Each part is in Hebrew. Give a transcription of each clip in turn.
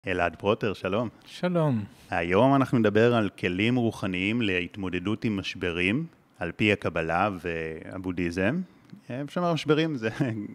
אלעד פרוטר, שלום. שלום. היום אנחנו נדבר על כלים רוחניים להתמודדות עם משברים, על פי הקבלה והבודהיזם. אפשר לומר, משברים זה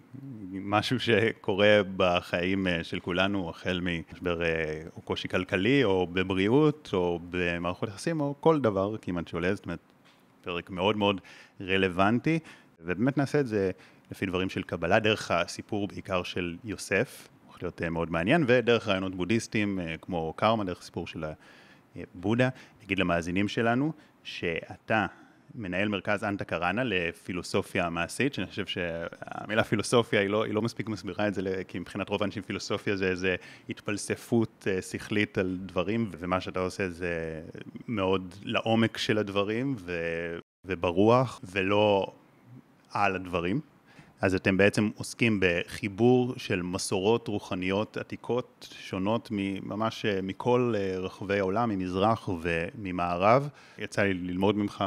משהו שקורה בחיים של כולנו, החל ממשבר או קושי כלכלי, או בבריאות, או במערכות יחסים, או כל דבר כמעט שעולה. זאת אומרת, פרק מאוד מאוד רלוונטי, ובאמת נעשה את זה לפי דברים של קבלה, דרך הסיפור בעיקר של יוסף, להיות מאוד מעניין, ודרך רעיונות בודהיסטיים כמו קרמה, דרך סיפור של הבודה. נגיד למאזינים שלנו שאתה מנהל מרכז אנטה קראנה לפילוסופיה מעשית, שאני חושב שהמילה פילוסופיה היא לא מספיק מסבירה את זה, כי מבחינת רוב האנשים פילוסופיה זה איזה התפלספות שכלית על דברים, ומה שאתה עושה זה מאוד לעומק של הדברים וברוח, ולא על הדברים. אז אתם בעצם עוסקים בחיבור של מסורות רוחניות עתיקות שונות ממש מכל רחבי העולם, ממזרח וממערב. יצא לי ללמוד ממך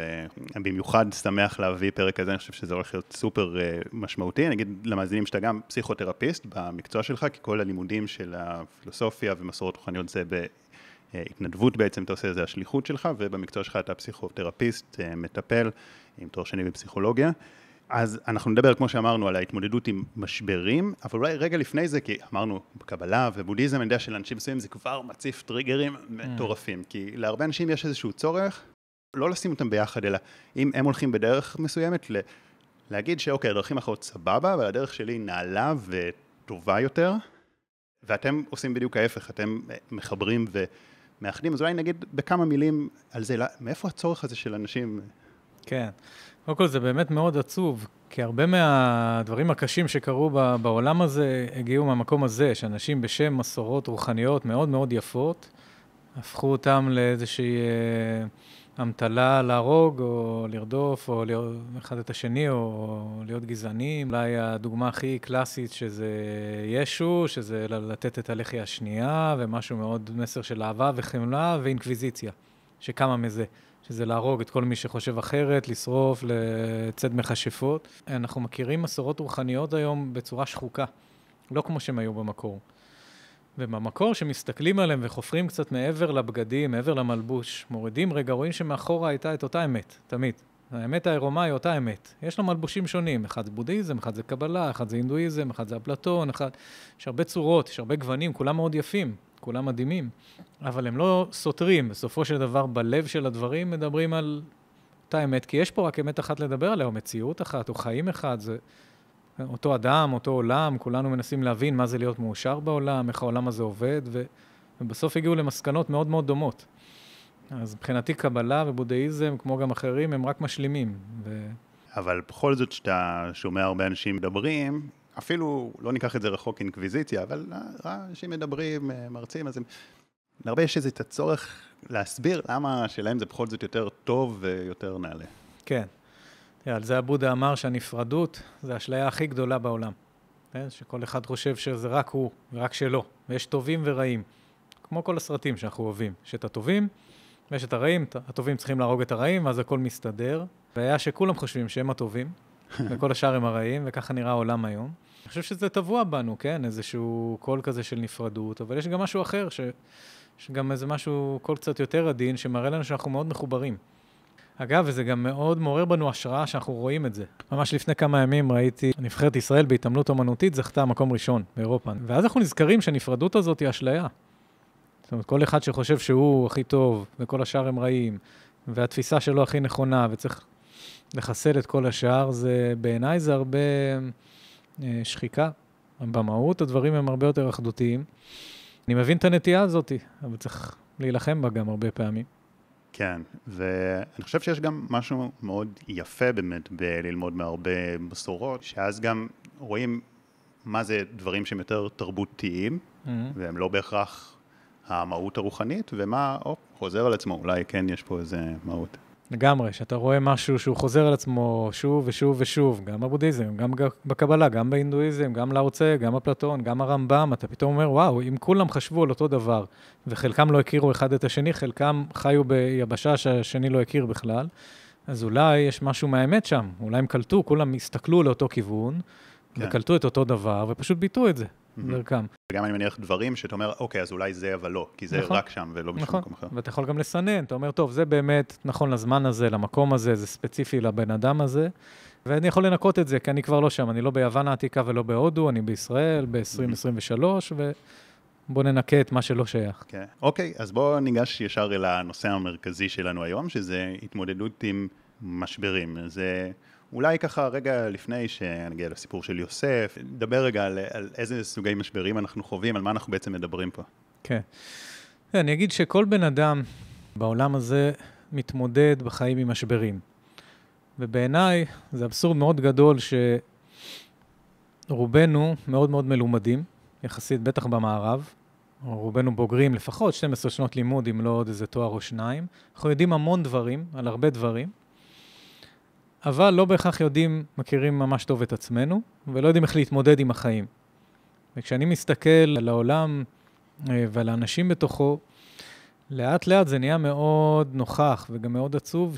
ובמיוחד שמח להביא פרק הזה, אני חושב שזה הולך להיות סופר משמעותי. אני אגיד למאזינים שאתה גם פסיכותרפיסט במקצוע שלך, כי כל הלימודים של הפילוסופיה ומסורות רוחניות זה בהתנדבות בעצם, אתה עושה, זה השליחות שלך, ובמקצוע שלך אתה פסיכותרפיסט, מטפל עם תואר שני בפסיכולוגיה. אז אנחנו נדבר, כמו שאמרנו, על ההתמודדות עם משברים, אבל אולי רגע לפני זה, כי אמרנו בקבלה ובודהיזם, אני יודע שלאנשים מסוימים זה כבר מציף טריגרים מטורפים, כי להרבה אנשים יש איזשהו צורך, לא לשים אותם ביחד, אלא אם הם הולכים בדרך מסוימת, להגיד שאוקיי, הדרכים אחרות סבבה, אבל הדרך שלי נעלה וטובה יותר, ואתם עושים בדיוק ההפך, אתם מחברים ומאחדים, אז אולי נגיד בכמה מילים על זה, מאיפה הצורך הזה של אנשים? כן. קודם כל זה באמת מאוד עצוב, כי הרבה מהדברים הקשים שקרו בעולם הזה הגיעו מהמקום הזה, שאנשים בשם מסורות רוחניות מאוד מאוד יפות, הפכו אותם לאיזושהי המטלה להרוג או לרדוף או להיות אחד את השני או להיות גזענים. אולי הדוגמה הכי קלאסית שזה ישו, שזה לתת את הלחי השנייה ומשהו מאוד מסר של אהבה וחמלה ואינקוויזיציה, שקמה מזה. שזה להרוג את כל מי שחושב אחרת, לשרוף, לצד מכשפות. אנחנו מכירים מסורות רוחניות היום בצורה שחוקה, לא כמו שהם היו במקור. ובמקור שמסתכלים עליהם וחופרים קצת מעבר לבגדים, מעבר למלבוש, מורידים רגע, רואים שמאחורה הייתה את אותה אמת, תמיד. האמת העירומה היא אותה אמת. יש לה מלבושים שונים, אחד זה בודהיזם, אחד זה קבלה, אחד זה הינדואיזם, אחד זה אפלטון, יש הרבה צורות, יש הרבה גוונים, כולם מאוד יפים. כולם מדהימים, אבל הם לא סותרים. בסופו של דבר, בלב של הדברים מדברים על אותה אמת, כי יש פה רק אמת אחת לדבר עליה, או מציאות אחת, או חיים אחד, זה אותו אדם, אותו עולם, כולנו מנסים להבין מה זה להיות מאושר בעולם, איך העולם הזה עובד, ובסוף הגיעו למסקנות מאוד מאוד דומות. אז מבחינתי קבלה ובודהיזם, כמו גם אחרים, הם רק משלימים. אבל בכל זאת שאתה שומע הרבה אנשים מדברים, אפילו לא ניקח את זה רחוק אינקוויזיציה, אבל אנשים מדברים, מרצים, אז להרבה יש את הצורך להסביר למה שלהם זה בכל זאת יותר טוב ויותר נעלה. כן. על זה הבודה אמר שהנפרדות זה האשליה הכי גדולה בעולם. שכל אחד חושב שזה רק הוא ורק שלו, ויש טובים ורעים. כמו כל הסרטים שאנחנו אוהבים. יש את הטובים ויש את הרעים, הטובים צריכים להרוג את הרעים, ואז הכל מסתדר. והיה שכולם חושבים שהם הטובים, וכל השאר הם הרעים, וככה נראה העולם היום. אני חושב שזה טבוע בנו, כן? איזשהו קול כזה של נפרדות, אבל יש גם משהו אחר, שגם איזה משהו קול קצת יותר עדין, שמראה לנו שאנחנו מאוד מחוברים. אגב, וזה גם מאוד מעורר בנו השראה שאנחנו רואים את זה. ממש לפני כמה ימים ראיתי נבחרת ישראל בהתעמלות אומנותית, זכתה מקום ראשון באירופה. ואז אנחנו נזכרים שהנפרדות הזאת היא אשליה. זאת אומרת, כל אחד שחושב שהוא הכי טוב, וכל השאר הם רעים, והתפיסה שלו הכי נכונה, וצריך לחסל את כל השאר, זה בעיניי זה הרבה שחיקה. במהות הדברים הם הרבה יותר אחדותיים. אני מבין את הנטייה הזאת, אבל צריך להילחם בה גם הרבה פעמים. כן, ואני חושב שיש גם משהו מאוד יפה באמת בללמוד מהרבה מסורות, שאז גם רואים מה זה דברים שהם יותר תרבותיים, והם לא בהכרח המהות הרוחנית, ומה, חוזר על עצמו, אולי כן יש פה איזה מהות. לגמרי, שאתה רואה משהו שהוא חוזר על עצמו שוב ושוב ושוב, גם בבודהיזם, גם בקבלה, גם בהינדואיזם, גם לאוצה, גם אפלטון, גם הרמב"ם, אתה פתאום אומר, וואו, אם כולם חשבו על אותו דבר, וחלקם לא הכירו אחד את השני, חלקם חיו ביבשה שהשני לא הכיר בכלל, אז אולי יש משהו מהאמת שם, אולי הם קלטו, כולם הסתכלו לאותו כיוון, וקלטו את אותו דבר, ופשוט ביטאו את זה. דרכם. וגם אני מניח דברים שאתה אומר, אוקיי, אז אולי זה, אבל לא, כי זה רק שם ולא בשום מקום אחר. ואתה יכול גם לסנן, אתה אומר, טוב, זה באמת נכון לזמן הזה, למקום הזה, זה ספציפי לבן אדם הזה, ואני יכול לנקות את זה, כי אני כבר לא שם, אני לא ביוון העתיקה ולא בהודו, אני בישראל, ב-2023, ובוא ננקה את מה שלא שייך. אוקיי, אז בואו ניגש ישר אל הנושא המרכזי שלנו היום, שזה התמודדות עם משברים. זה אולי ככה רגע לפני שנגיע לסיפור של יוסף, נדבר רגע על איזה סוגי משברים אנחנו חווים, על מה אנחנו בעצם מדברים פה. כן. אני אגיד שכל בן אדם בעולם הזה מתמודד בחיים עם משברים. ובעיניי זה אבסורד מאוד גדול שרובנו מאוד מאוד מלומדים, יחסית בטח במערב, רובנו בוגרים לפחות 12 שנות לימוד, אם לא עוד איזה תואר או שניים. אנחנו יודעים המון דברים, על הרבה דברים, אבל לא בהכרח מכירים ממש טוב את עצמנו, ולא יודעים איך להתמודד עם החיים. וכשאני מסתכל על העולם ועל האנשים בתוכו, לאט לאט זה נהיה מאוד נוכח וגם מאוד עצוב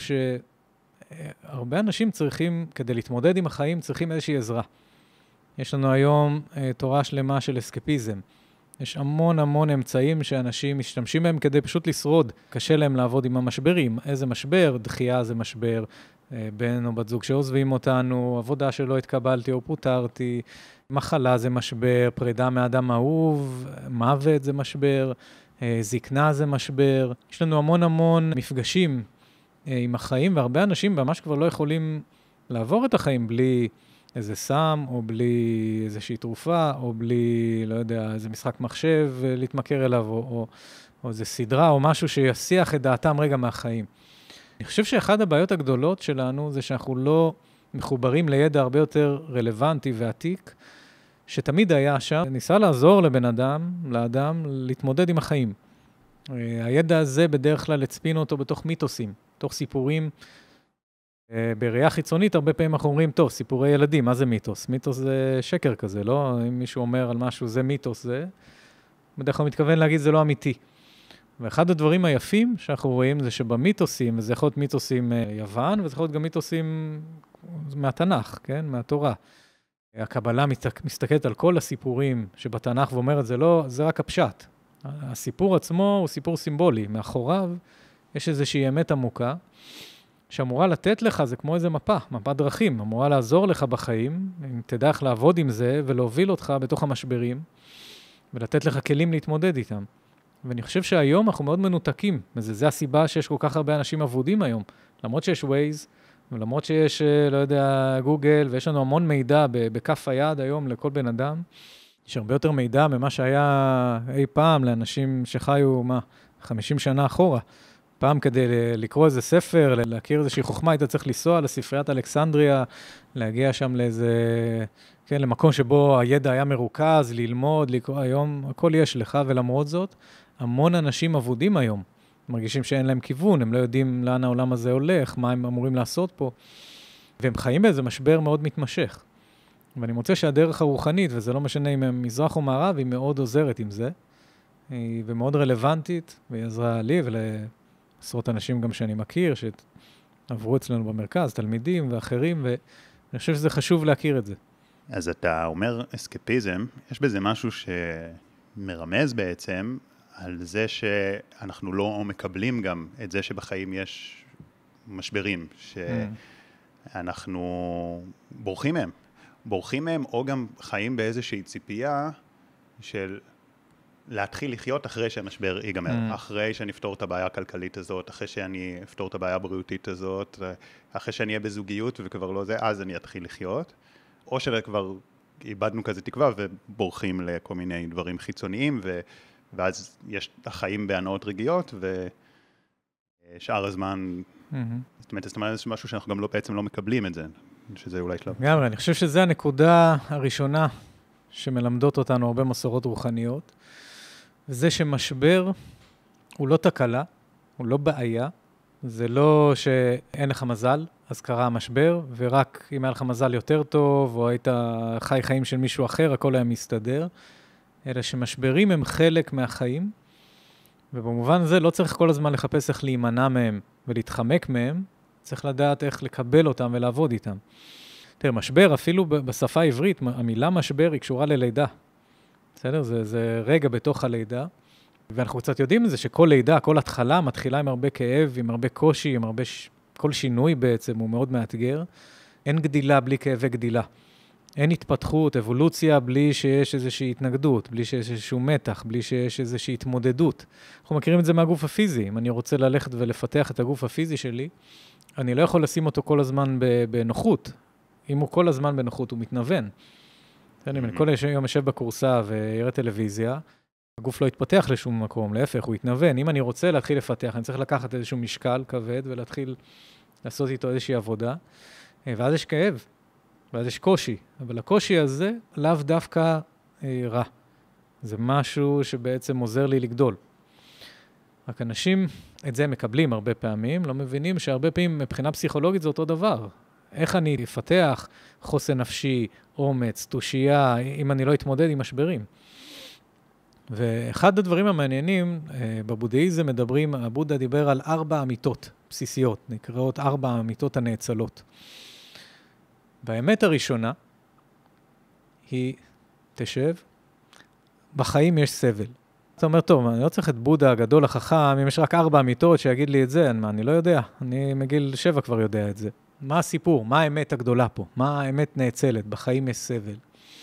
שהרבה אנשים צריכים, כדי להתמודד עם החיים, צריכים איזושהי עזרה. יש לנו היום תורה שלמה של אסקפיזם. יש המון המון אמצעים שאנשים משתמשים בהם כדי פשוט לשרוד. קשה להם לעבוד עם המשברים. איזה משבר? דחייה זה משבר. בן או בת זוג שעוזבים אותנו, עבודה שלא התקבלתי או פוטרתי, מחלה זה משבר, פרידה מאדם אהוב, מוות זה משבר, זקנה זה משבר. יש לנו המון המון מפגשים עם החיים, והרבה אנשים ממש כבר לא יכולים לעבור את החיים בלי איזה סם, או בלי איזושהי תרופה, או בלי, לא יודע, איזה משחק מחשב להתמכר אליו, או איזה סדרה, או משהו שיסיח את דעתם רגע מהחיים. אני חושב שאחד הבעיות הגדולות שלנו זה שאנחנו לא מחוברים לידע הרבה יותר רלוונטי ועתיק, שתמיד היה שם, ניסה לעזור לאדם להתמודד עם החיים. הידע הזה בדרך כלל הצפינו אותו בתוך מיתוסים, בתוך סיפורים. בראייה חיצונית הרבה פעמים אנחנו אומרים, טוב, סיפורי ילדים, מה זה מיתוס? מיתוס זה שקר כזה, לא? אם מישהו אומר על משהו, זה מיתוס, זה בדרך כלל מתכוון להגיד, זה לא אמיתי. ואחד הדברים היפים שאנחנו רואים זה שבמיתוסים, וזה יכול להיות מיתוסים יוון, וזה יכול להיות גם מיתוסים מהתנ"ך, כן? מהתורה. הקבלה מסתכלת על כל הסיפורים שבתנ"ך ואומרת, זה רק הפשט. הסיפור עצמו הוא סיפור סימבולי. מאחוריו יש איזושהי אמת עמוקה, שאמורה לתת לך, זה כמו איזה מפת דרכים, אמורה לעזור לך בחיים, אם תדע איך לעבוד עם זה, ולהוביל אותך בתוך המשברים, ולתת לך כלים להתמודד איתם. ואני חושב שהיום אנחנו מאוד מנותקים, וזה הסיבה שיש כל כך הרבה אנשים עבודים היום, למרות שיש Waze, ולמרות שיש, לא יודע, גוגל, ויש לנו המון מידע בכף היד היום לכל בן אדם, יש הרבה יותר מידע ממה שהיה אי פעם לאנשים שחיו, 50 שנה אחורה. פעם כדי לקרוא איזה ספר, להכיר איזושהי חוכמה, היית צריך לנסוע לספריית אלכסנדריה, להגיע שם לאיזה, כן, למקום שבו הידע היה מרוכז, ללמוד, לקרוא. היום, הכל יש לך, ולמרות זאת, המון אנשים עבודים היום, מרגישים שאין להם כיוון, הם לא יודעים לאן העולם הזה הולך, מה הם אמורים לעשות פה, והם חיים באיזה משבר מאוד מתמשך. ואני מוצא שהדרך הרוחנית, וזה לא משנה אם הם מזרח או מערב, היא מאוד עוזרת עם זה, ומאוד רלוונטית, והיא עזרה לי ולעשרות אנשים גם שאני מכיר, שעברו אצלנו במרכז, תלמידים ואחרים, ואני חושב שזה חשוב להכיר את זה. אז אתה אומר אסקפיזם, יש בזה משהו שמרמז בעצם על זה שאנחנו לא מקבלים גם את זה שבחיים יש משברים, שאנחנו בורחים מהם, או גם חיים באיזושהי ציפייה של להתחיל לחיות אחרי שהמשבר ייגמר, אחרי שאני אפתור את הבעיה הכלכלית הזאת, אחרי שאני אפתור את הבעיה הבריאותית הזאת, אחרי שאני אהיה בזוגיות וכבר לא זה, אז אני אתחיל לחיות, או שכבר איבדנו כזה תקווה ובורחים לכל מיני דברים חיצוניים, ואז יש החיים בהנאות רגעיות, ושאר הזמן, זאת אומרת, זה משהו שאנחנו גם בעצם לא מקבלים את זה, שזה אולי שלב. גם, אני חושב שזה הנקודה הראשונה שמלמדות אותנו הרבה מסורות רוחניות, וזה שמשבר הוא לא תקלה, הוא לא בעיה, זה לא שאין לך מזל, אז קרה המשבר, ורק אם היה לך מזל יותר טוב, או היית חי חיים של מישהו אחר, הכל היה מסתדר, אלא שמשברים הם חלק מהחיים, ובמובן הזה לא צריך כל הזמן לחפש איך להימנע מהם ולהתחמק מהם, צריך לדעת איך לקבל אותם ולעבוד איתם. תראה, משבר, אפילו בשפה העברית, המילה משבר היא קשורה ללידה. בסדר? זה רגע בתוך הלידה, ואנחנו קצת יודעים את זה שכל לידה, כל התחלה מתחילה עם הרבה כאב, עם הרבה קושי, עם הרבה כל שינוי בעצם הוא מאוד מאתגר. אין גדילה בלי כאבי גדילה. אין התפתחות, אבולוציה, בלי שיש איזושהי התנגדות, בלי שיש איזשהו מתח, בלי שיש איזושהי התמודדות. אנחנו מכירים את זה מהגוף הפיזי. אם אני רוצה ללכת ולפתח את הגוף הפיזי שלי, אני לא יכול לשים אותו כל הזמן בנוחות. אם הוא כל הזמן בנוחות, הוא מתנוון. אני כל יום יושב בקורסה ויראה טלוויזיה, הגוף לא יתפתח לשום מקום, להפך, הוא יתנוון. אם אני רוצה להתחיל לפתח, אני צריך לקחת איזשהו משקל כבד ולהתחיל לעשות איתו איזושהי עבודה, ואז יש כאב. ואז יש קושי, אבל הקושי הזה לאו דווקא רע. זה משהו שבעצם עוזר לי לגדול. רק אנשים את זה מקבלים הרבה פעמים, לא מבינים שהרבה פעמים מבחינה פסיכולוגית זה אותו דבר. איך אני אפתח חוסן נפשי, אומץ, תושייה, אם אני לא אתמודד עם משברים. ואחד הדברים המעניינים, בבודהיזם מדברים, הבודה דיבר על 4 אמיתות בסיסיות, נקראות 4 אמיתות הנאצלות. והאמת הראשונה היא, תשב, בחיים יש סבל. אתה אומר, טוב, אני לא צריך את בודה הגדול החכם, אם יש רק 4 אמיתות שיגיד לי את זה, אני לא יודע, אני מגיל 7 כבר יודע את זה. מה הסיפור? מה האמת הגדולה פה? מה האמת נאצלת? בחיים יש סבל.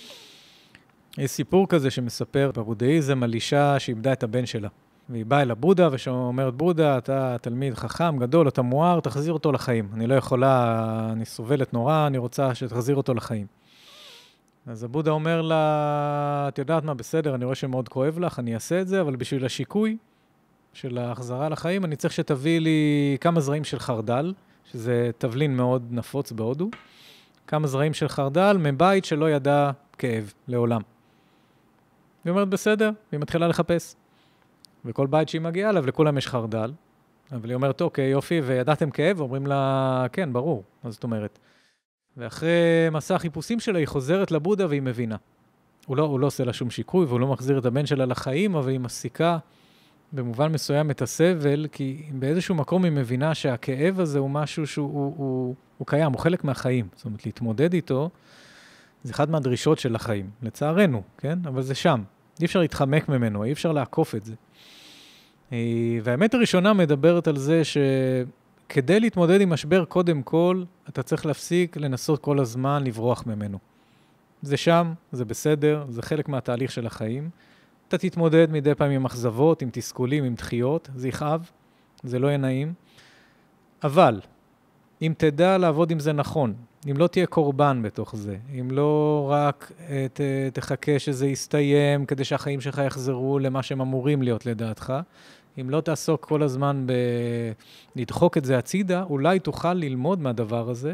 יש סיפור כזה שמספר בבודהיזם על אישה שאיבדה את הבן שלה. והיא באה אל הבודה ושאומרת, בודה, אתה תלמיד חכם, גדול, אתה מואר, תחזיר אותו לחיים. אני לא יכולה, אני סובלת נורא, אני רוצה שתחזיר אותו לחיים. אז הבודה אומר לה, את יודעת מה, בסדר, אני רואה שמאוד כואב לך, אני אעשה את זה, אבל בשביל השיקוי של ההחזרה לחיים, אני צריך שתביא לי כמה זרעים של חרדל, שזה תבלין מאוד נפוץ בהודו, כמה זרעים של חרדל מבית שלא ידע כאב לעולם. היא אומרת, בסדר, והיא מתחילה לחפש. וכל בית שהיא מגיעה אליו, לכולם יש חרדל. אבל היא אומרת, אוקיי, יופי, וידעתם כאב? אומרים לה, כן, ברור. מה זאת אומרת? ואחרי מסע החיפושים שלה, היא חוזרת לבודה והיא מבינה. הוא לא עושה לה שום שיקוי, והוא לא מחזיר את הבן שלה לחיים, אבל היא מסיקה במובן מסוים את הסבל, כי באיזשהו מקום היא מבינה שהכאב הזה הוא משהו שהוא קיים, הוא חלק מהחיים. זאת אומרת, להתמודד איתו, זה אחד מהדרישות של החיים. לצערנו, כן? אבל זה שם. אי אפשר להתחמק ממנו, אי אפשר לעקוף את זה. והאמת הראשונה מדברת על זה שכדי להתמודד עם משבר, קודם כל, אתה צריך להפסיק לנסות כל הזמן לברוח ממנו. זה שם, זה בסדר, זה חלק מהתהליך של החיים. אתה תתמודד מדי פעם עם אכזבות, עם תסכולים, עם דחיות, זה יכאב, זה לא יהיה נעים. אבל, אם תדע לעבוד עם זה נכון, אם לא תהיה קורבן בתוך זה, אם לא רק תחכה שזה יסתיים כדי שהחיים שלך יחזרו למה שהם אמורים להיות לדעתך, אם לא תעסוק כל הזמן לדחוק את זה הצידה, אולי תוכל ללמוד מהדבר הזה,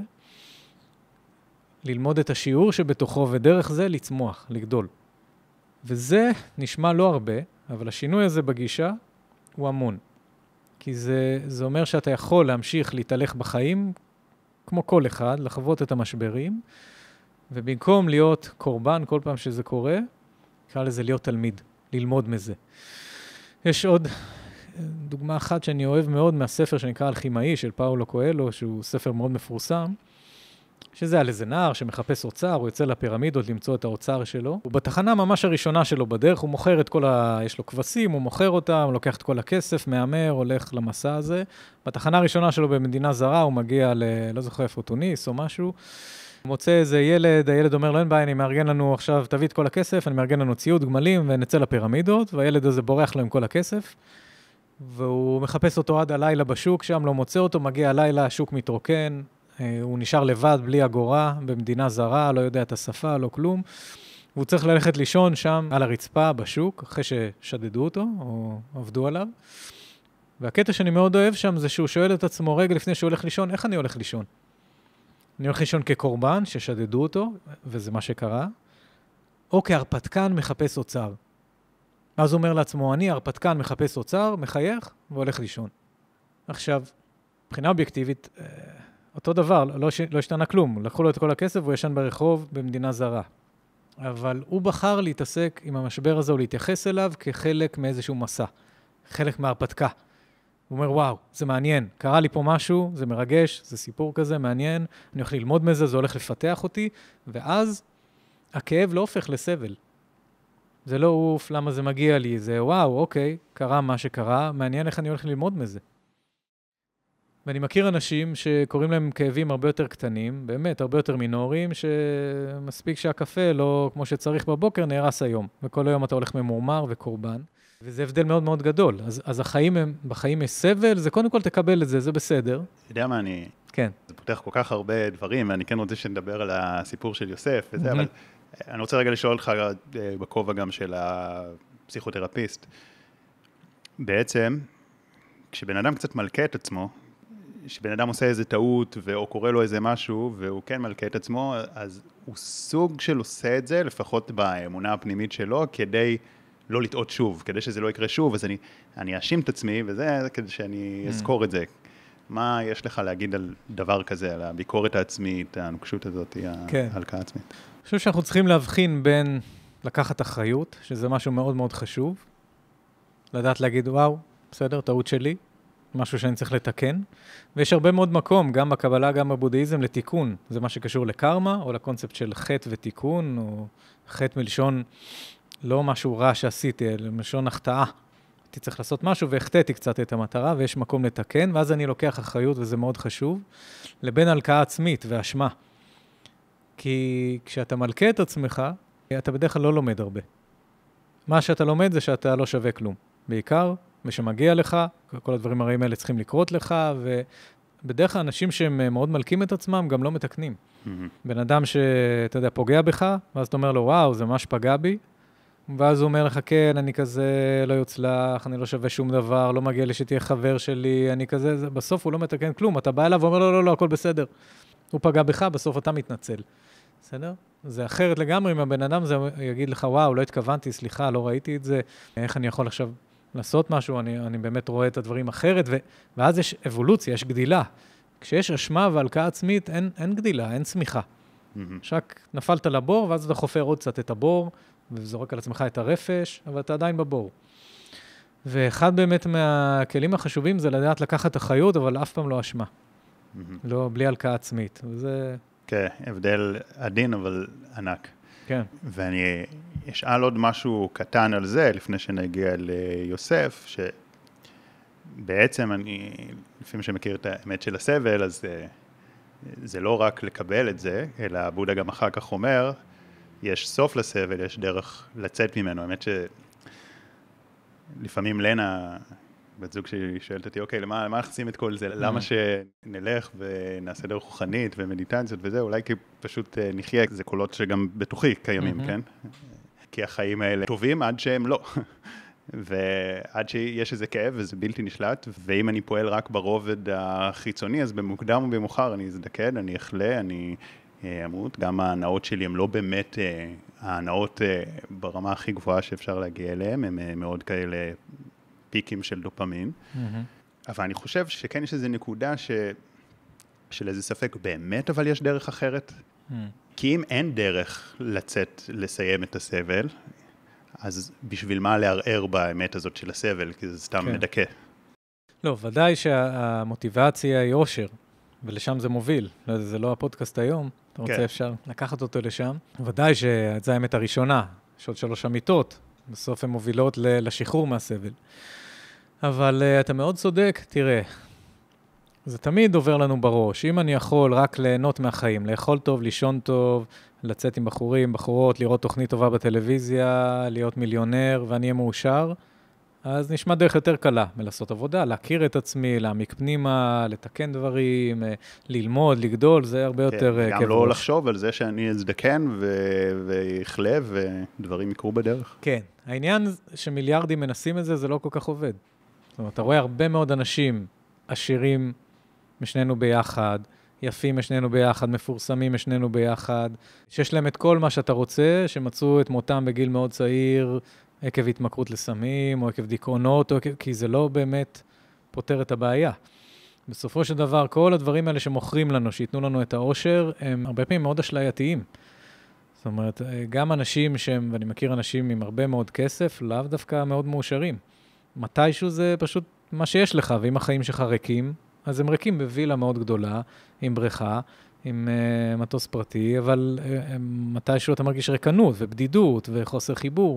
ללמוד את השיעור שבתוכו, ודרך זה לצמוח, לגדול. וזה נשמע לא הרבה, אבל השינוי הזה בגישה הוא המון. כי זה אומר שאתה יכול להמשיך להתהלך בחיים, כמו כל אחד, לחוות את המשברים, ובמקום להיות קורבן כל פעם שזה קורה, נקרא לזה להיות תלמיד, ללמוד מזה. יש עוד דוגמה אחת שאני אוהב מאוד מהספר שנקרא אלכימאי של פאולו קואלו, שהוא ספר מאוד מפורסם, שזה על איזה נער שמחפש אוצר, הוא יוצא לפירמידות למצוא את האוצר שלו. ובתחנה ממש הראשונה שלו בדרך, הוא מוכר את כל יש לו כבשים, הוא מוכר אותם, הוא לוקח את כל הכסף, מאמר, הולך למסע הזה. בתחנה הראשונה שלו במדינה זרה, הוא מגיע לא זוכר איפה טוניס או משהו. הוא מוצא איזה ילד, הילד אומר לו, אין בעיה, אני מארגן לנו עכשיו, תביא את כל הכסף, אני מארגן לנו ציוד, גמלים, ונצא לפירמידות, והילד הזה בורח לו עם כל הכסף. והוא מחפש אותו עד הלילה בשוק, שם לא מוצא אותו, מגיע הלילה, השוק מתרוקן, הוא נשאר לבד, בלי אגורה, במדינה זרה, לא יודע את השפה, לא כלום. והוא צריך ללכת לישון שם על הרצפה בשוק, אחרי ששדדו אותו, או עבדו עליו. והקטע שאני מאוד אוהב שם, זה שהוא שואל את עצמו רגע לפני שהוא הולך לישון, איך אני הולך לישון? אני הולך לישון כקורבן, ששדדו אותו, וזה מה שקרה, או כהרפתקן מחפש אוצר. אז הוא אומר לעצמו, אני הרפתקן מחפש אוצר, מחייך, והולך לישון. עכשיו, מבחינה אובייקטיבית, אותו דבר, לא השתנה כלום. לקחו לו את כל הכסף, והוא ישן ברחוב במדינה זרה. אבל הוא בחר להתעסק עם המשבר הזה, ולהתייחס אליו כחלק מאיזשהו מסע. חלק מההרפתקה. הוא אומר, וואו, זה מעניין. קרה לי פה משהו, זה מרגש, זה סיפור כזה, מעניין. אני הולך ללמוד מזה, זה הולך לפתח אותי. ואז הכאב לא הופך לסבל. זה לא אוף, למה זה מגיע לי, זה וואו, אוקיי, קרה מה שקרה, מעניין איך אני הולך ללמוד מזה. ואני מכיר אנשים שקוראים להם כאבים הרבה יותר קטנים, באמת, הרבה יותר מינוריים, שמספיק שהקפה לא כמו שצריך בבוקר, נהרס היום. וכל היום אתה הולך ממורמר וקורבן. וזה הבדל מאוד מאוד גדול. אז בחיים יש סבל, זה קודם כל תקבל את זה, זה בסדר. אתה יודע מה, כן. זה פותח כל כך הרבה דברים, ואני כן רוצה שנדבר על הסיפור של יוסף וזה, אבל אני רוצה רגע לשאול אותך בכובע גם של הפסיכותרפיסט. בעצם, כשבן אדם קצת מלכה את עצמו, כשבן אדם עושה איזה טעות, או קורא לו איזה משהו, והוא כן מלכה את עצמו, אז הוא סוג של עושה את זה, לפחות באמונה הפנימית שלו, כדי לא לטעות שוב, כדי שזה לא יקרה שוב, אז אני אאשים את עצמי, וזה כדי שאני אזכור את זה. מה יש לך להגיד על דבר כזה, על הביקורת העצמית, הנוקשות הזאת, ההלקאה העצמית? אני חושב שאנחנו צריכים להבחין בין לקחת אחריות, שזה משהו מאוד מאוד חשוב, לדעת להגיד, וואו, בסדר, טעות שלי, משהו שאני צריך לתקן, ויש הרבה מאוד מקום, גם בקבלה, גם בבודהיזם, לתיקון. זה מה שקשור לקרמה, או לקונספט של חטא ותיקון, או חטא מלשון לא משהו רע שעשיתי, אלא מלשון החטאה. הייתי צריך לעשות משהו, והחטאתי קצת את המטרה, ויש מקום לתקן, ואז אני לוקח אחריות, וזה מאוד חשוב, לבין הלקאה עצמית ואשמה. כי כשאתה מלכה את עצמך, אתה בדרך כלל לא לומד הרבה. מה שאתה לומד זה שאתה לא שווה כלום. בעיקר, ושמגיע לך, כל הדברים הרעים האלה צריכים לקרות לך, ובדרך כלל אנשים שהם מאוד מלכים את עצמם, גם לא מתקנים. בן אדם שאתה יודע, פוגע בך, ואז אתה אומר לו, וואו, זה ממש פגע בי, ואז הוא אומר לך, כן, אני כזה לא יוצלח, אני לא שווה שום דבר, לא מגיע לי שתהיה חבר שלי, אני כזה, בסוף הוא לא מתקן כלום, אתה בא אליו ואומר לו, לא, לא, הכל בסדר. הוא פגע בך, בסוף אתה מתנצל. בסדר? זה אחרת לגמרי, אם הבן אדם זה יגיד לך, וואו, לא התכוונתי, סליחה, לא ראיתי את זה, איך אני יכול עכשיו לעשות משהו, אני באמת רואה את הדברים אחרת, ואז יש אבולוציה, יש גדילה. כשיש אשמה והלקאה עצמית, אין גדילה, אין צמיחה. רק נפלת לבור, ואז אתה חופר עוד קצת את הבור, וזורק על עצמך את הרפש, אבל אתה עדיין בבור. ואחד באמת מהכלים החשובים זה לדעת לקחת אחריות, אבל אף פעם לא אשמה. לא, בלי הלקאה עצמית. וזה... כן, הבדל עדין, אבל ענק. כן. ואני אשאל עוד משהו קטן על זה, לפני שנגיע ליוסף, שבעצם אני, לפעמים שמכיר את האמת של הסבל, אז זה לא רק לקבל את זה, אלא בודה גם אחר כך אומר, יש סוף לסבל, יש דרך לצאת ממנו. האמת שלפעמים לנה, בת זוג שלי שואלת אותי, אוקיי, למה נחצים את כל זה? למה שנלך ונעשה דרך רוחנית ומדיטציות וזה? אולי כי פשוט נחיה, זה קולות שגם בתוכי קיימים, כן? כי החיים האלה טובים עד שהם לא. ועד שיש איזה כאב וזה בלתי נשלט, ואם אני פועל רק ברובד החיצוני, אז במוקדם ובמאוחר אני אזדקן, אני אחלה, אני אמות. גם ההנאות שלי הן לא באמת ההנאות ברמה הכי גבוהה שאפשר להגיע אליהן, הן מאוד כאלה פיקים של דופמין. אבל אני חושב שכן יש איזו נקודה של איזה ספק באמת, אבל יש דרך אחרת. כי אם אין דרך לצאת, לסיים את הסבל, אז בשביל מה לערער באמת הזאת של הסבל? כי זה סתם מדכא. לא, ודאי שהמוטיבציה היא אושר, ולשם זה מוביל. זה לא הפודקאסט היום, אתה רוצה אפשר לקחת אותו לשם. ודאי שזו האמת הראשונה, יש עוד 3 אמיתות, בסוף הן מובילות לשחרור מהסבל. אבל אתה מאוד צודק, תראה, זה תמיד עובר לנו בראש. אם אני יכול רק ליהנות מהחיים, לאכול טוב, לישון טוב, לצאת עם בחורים, בחורות, לראות תוכנית טובה בטלוויזיה, להיות מיליונר, ואני אהיה מאושר, אז נשמע דרך יותר קלה מלעשות עבודה, להכיר את עצמי, להעמיק פנימה, לתקן דברים, ללמוד, לגדול, זה הרבה יותר כיף. גם לא לחשוב על זה שאני אזדקן ויחלה ודברים יקרו בדרך. כן, העניין שמיליארדים מנסים את זה, זה לא כל כך עובד. זאת אומרת, אתה רואה הרבה מאוד אנשים עשירים משנינו ביחד, יפים משנינו ביחד, מפורסמים משנינו ביחד, שיש להם את כל מה שאתה רוצה, שמצאו את מותם בגיל מאוד צעיר, עקב התמכרות לסמים, או עקב דיכאונות, כי זה לא באמת פותר את הבעיה. בסופו של דבר, כל הדברים האלה שמוכרים לנו, שיתנו לנו את האושר, הם הרבה פעמים מאוד אשלייתיים. זאת אומרת, גם אנשים שהם, ואני מכיר אנשים עם הרבה מאוד כסף, לאו דווקא מאוד מאושרים. מתישהו זה פשוט מה שיש לך, ואם החיים שלך ריקים, אז הם ריקים בווילה מאוד גדולה, עם בריכה, עם מטוס פרטי, אבל מתישהו אתה מרגיש ריקנות ובדידות וחוסר חיבור.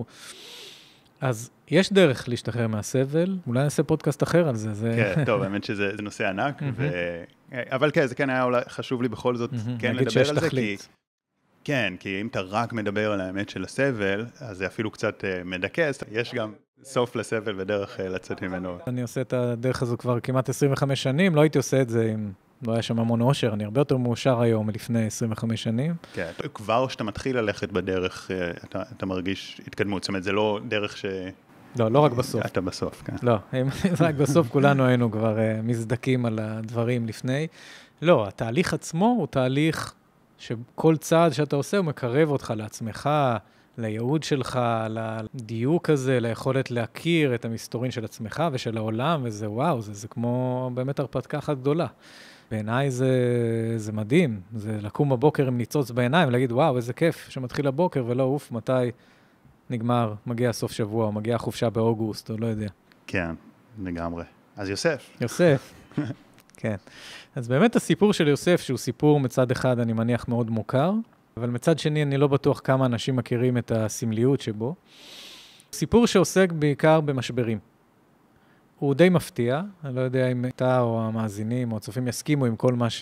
אז יש דרך להשתחרר מהסבל, אולי נעשה פודקאסט אחר על זה. כן, טוב, האמת שזה נושא ענק, אבל כן, זה כן היה אולי חשוב לי בכל זאת כן לדבר על זה, כן, כי אם אתה רק מדבר על האמת של הסבל, אז זה אפילו קצת מדכא, יש גם סוף לסבל ודרך לצאת ממנו. אני עושה את הדרך הזו כבר כמעט 25 שנים, לא הייתי עושה את זה אם לא היה שם המון אושר, אני הרבה יותר מאושר היום מלפני 25 שנים. כן, כבר שאתה מתחיל ללכת בדרך, אתה מרגיש התקדמות, זאת אומרת, זה לא דרך ש... לא רק בסוף. אתה בסוף, כן. לא, רק בסוף כולנו היינו כבר מזדקים על הדברים לפני. לא, התהליך עצמו הוא תהליך שכל צעד שאתה עושה הוא מקרב אותך לעצמך, לייעוד שלך, לדיוק הזה, ליכולת להכיר את המסתורין של עצמך ושל העולם, וזה וואו, זה כמו באמת הרפתקה אחת גדולה. בעיניי זה מדהים, זה לקום בבוקר עם ניצוץ בעיניים, ולהגיד וואו, איזה כיף שמתחיל הבוקר, ולא אוף, מתי נגמר, מגיע סוף שבוע, או מגיע חופשה באוגוסט, או לא יודע. כן, לגמרי. אז יוסף. יוסף, כן. אז באמת הסיפור של יוסף, שהוא סיפור מצד אחד, אני מניח, מאוד מוכר, אבל מצד שני, אני לא בטוח כמה אנשים מכירים את הסמליות שבו. סיפור שעוסק בעיקר במשברים. הוא די מפתיע, אני לא יודע אם אתה או המאזינים או הצופים יסכימו עם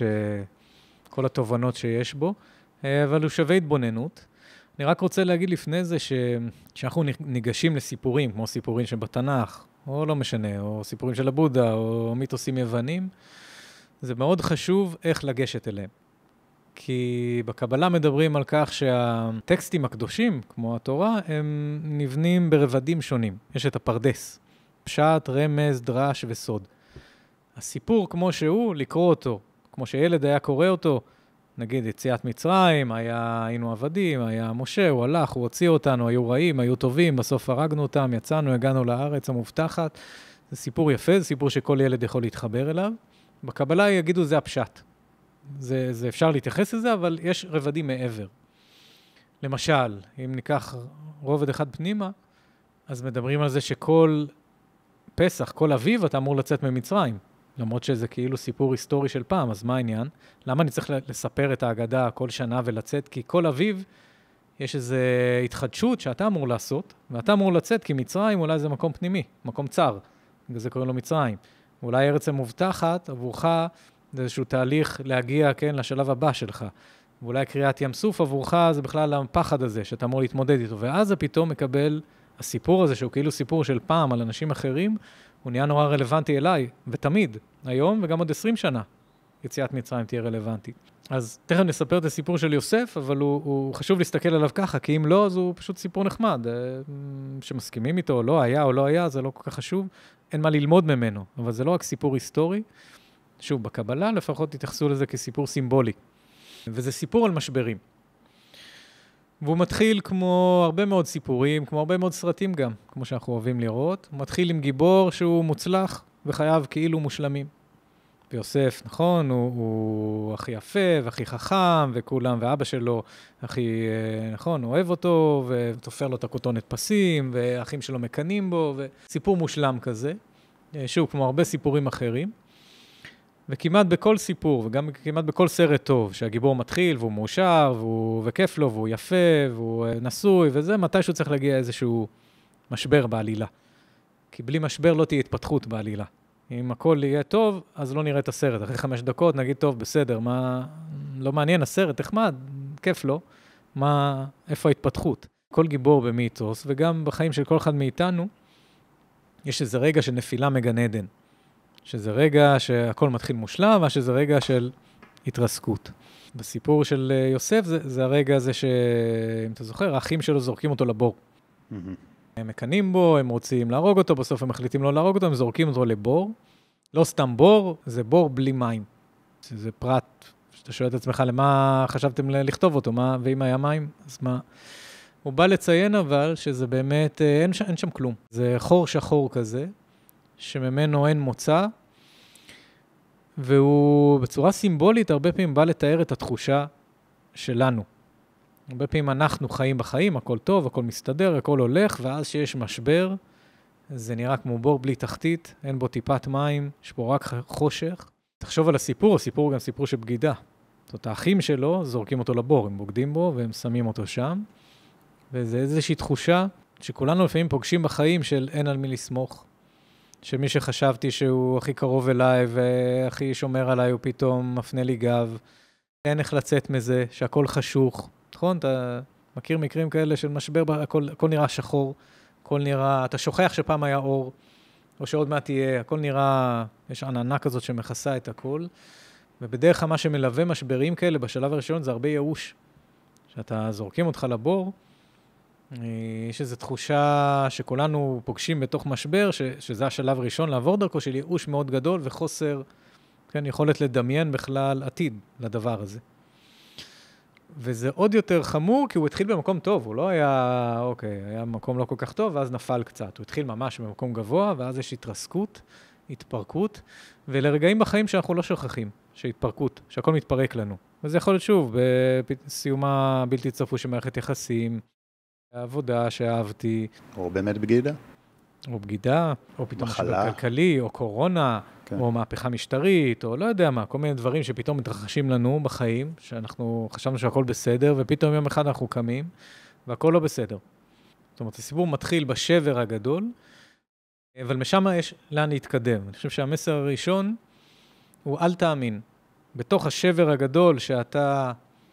כל התובנות שיש בו, אבל הוא שווה התבוננות. אני רק רוצה להגיד לפני זה שאנחנו ניגשים לסיפורים, כמו סיפורים שבתנ"ך, או לא משנה, או סיפורים של הבודה, או מיתוסים יוונים, זה מאוד חשוב איך לגשת אליהם. כי בקבלה מדברים על כך שהטקסטים הקדושים, כמו התורה, הם נבנים ברבדים שונים. יש את הפרדס, פשט, רמז, דרש וסוד. הסיפור כמו שהוא, לקרוא אותו, כמו שילד היה קורא אותו, נגיד יציאת מצרים, היינו עבדים, היה משה, הוא הלך, הוא הוציא אותנו, היו רעים, היו טובים, בסוף הרגנו אותם, יצאנו, הגענו לארץ המובטחת. זה סיפור יפה, זה סיפור שכל ילד יכול להתחבר אליו. בקבלה יגידו זה הפשט. זה אפשר להתייחס לזה, אבל יש רבדים מעבר. למשל, אם ניקח רובד אחד פנימה, אז מדברים על זה שכל פסח, כל אביב, אתה אמור לצאת ממצרים. למרות שזה כאילו סיפור היסטורי של פעם, אז מה העניין? למה אני צריך לספר את ההגדה כל שנה ולצאת? כי כל אביב יש איזו התחדשות שאתה אמור לעשות, ואתה אמור לצאת כי מצרים אולי זה מקום פנימי, מקום צר. בגלל זה קוראים לו מצרים. אולי ארץ המובטחת עבורך זה איזשהו תהליך להגיע, כן, לשלב הבא שלך. ואולי קריאת ים סוף עבורך זה בכלל הפחד הזה שאתה אמור להתמודד איתו. ואז פתאום מקבל הסיפור הזה שהוא כאילו סיפור של פעם על אנשים אחרים, הוא נהיה נורא רלוונטי אליי, ותמיד, היום וגם עוד 20 שנה, יציאת מצרים תהיה רלוונטית. אז תכף נספר את הסיפור של יוסף, אבל הוא חשוב להסתכל עליו ככה, כי אם לא, אז הוא פשוט סיפור נחמד, שמסכימים איתו, לא היה או לא היה, זה לא כל כך חשוב, אין מה ללמוד ממנו, אבל זה לא רק סיפור היסטורי, שוב, בקבלה לפחות תתייחסו לזה כסיפור סימבולי, וזה סיפור על משברים. והוא מתחיל כמו הרבה מאוד סיפורים, כמו הרבה מאוד סרטים גם, כמו שאנחנו אוהבים לראות. הוא מתחיל עם גיבור שהוא מוצלח וחייו כאילו מושלמים. ויוסף, נכון, הוא הכי יפה והכי חכם וכולם, ואבא שלו הכי, נכון, אוהב אותו ותופר לו את הכותונת פסים, והאחים שלו מקנים בו, וסיפור מושלם כזה. שוב, כמו הרבה סיפורים אחרים. וכמעט בכל סיפור, וגם כמעט בכל סרט טוב, שהגיבור מתחיל והוא מאושר, וכיף לו, והוא יפה, והוא נשוי, וזה מתישהו צריך להגיע איזשהו משבר בעלילה. כי בלי משבר לא תהיה התפתחות בעלילה. אם הכל יהיה טוב, אז לא נראה את הסרט. אחרי 5 דקות נגיד, טוב, בסדר, לא מעניין הסרט, נחמד, כיף לו, איפה ההתפתחות? כל גיבור במיתוס, וגם בחיים של כל אחד מאיתנו, יש איזה רגע של נפילה מגן עדן. שזה רגע שהכל מתחיל מושלם, ושזה רגע של התרסקות. בסיפור של יוסף, זה הרגע הזה שאם אתה זוכר, האחים שלו זורקים אותו לבור. הם מקנים בו, הם רוצים להרוג אותו, בסוף הם מחליטים לא להרוג אותו, הם זורקים אותו לבור. לא סתם בור, זה בור בלי מים. זה פרט שאתה שואל את עצמך למה חשבתם לכתוב אותו, ואם היה מים, אז מה? הוא בא לציין אבל שזה באמת, אין שם כלום. זה חור שחור כזה, שממנו אין מוצא, והוא בצורה סימבולית הרבה פעמים בא לתאר את התחושה שלנו. הרבה פעמים אנחנו חיים בחיים, הכל טוב, הכל מסתדר, הכל הולך, ואז שיש משבר, זה נראה כמו בור בלי תחתית, אין בו טיפת מים, יש בו רק חושך. תחשוב על הסיפור הוא גם סיפור של בגידה. אומרת, האחים שלו זורקים אותו לבור, הם בוגדים בו והם שמים אותו שם, וזה איזושהי תחושה שכולנו לפעמים פוגשים בחיים של אין על מי לסמוך, שמי שחשבתי שהוא הכי קרוב אליי והכי שומר עליי, הוא פתאום מפנה לי גב, אין איך לצאת מזה, שהכל חשוך, נכון? אתה מכיר מקרים כאלה של משבר, הכל נראה שחור, הכל נראה, אתה שוכח שפעם היה אור, או שעוד מעט תהיה, הכל נראה, יש עננה כזאת שמכסה את הכל, ובדרך כלל מה שמלווה משברים כאלה בשלב הראשון זה הרבה ייאוש. שאתה זורקים אותך לבור, יש איזו תחושה שכולנו פוגשים בתוך משבר, שזה השלב הראשון לעבור דרכו, של ייאוש מאוד גדול וחוסר, כן, יכולת לדמיין בכלל עתיד לדבר הזה. וזה עוד יותר חמור, כי הוא התחיל במקום טוב, הוא לא היה, אוקיי, היה מקום לא כל כך טוב, ואז נפל קצת. הוא התחיל ממש במקום גבוה, ואז יש התרסקות, התפרקות, ולרגעים בחיים שאנחנו לא שוכחים, שהתפרקות, שהכל מתפרק לנו. וזה יכול להיות שוב, בסיומה בלתי צפוי של מערכת יחסים, העבודה שאהבתי. או באמת בגידה. או בגידה, או פתאום משבר כלכלי, או קורונה, כן. או מהפכה משטרית, או לא יודע מה, כל מיני דברים שפתאום מתרחשים לנו בחיים, שאנחנו חשבנו שהכל בסדר, ופתאום יום אחד אנחנו קמים, והכל לא בסדר. זאת אומרת, הסיפור מתחיל בשבר הגדול, אבל משם יש לאן להתקדם. אני חושב שהמסר הראשון הוא אל תאמין. בתוך השבר הגדול שאתה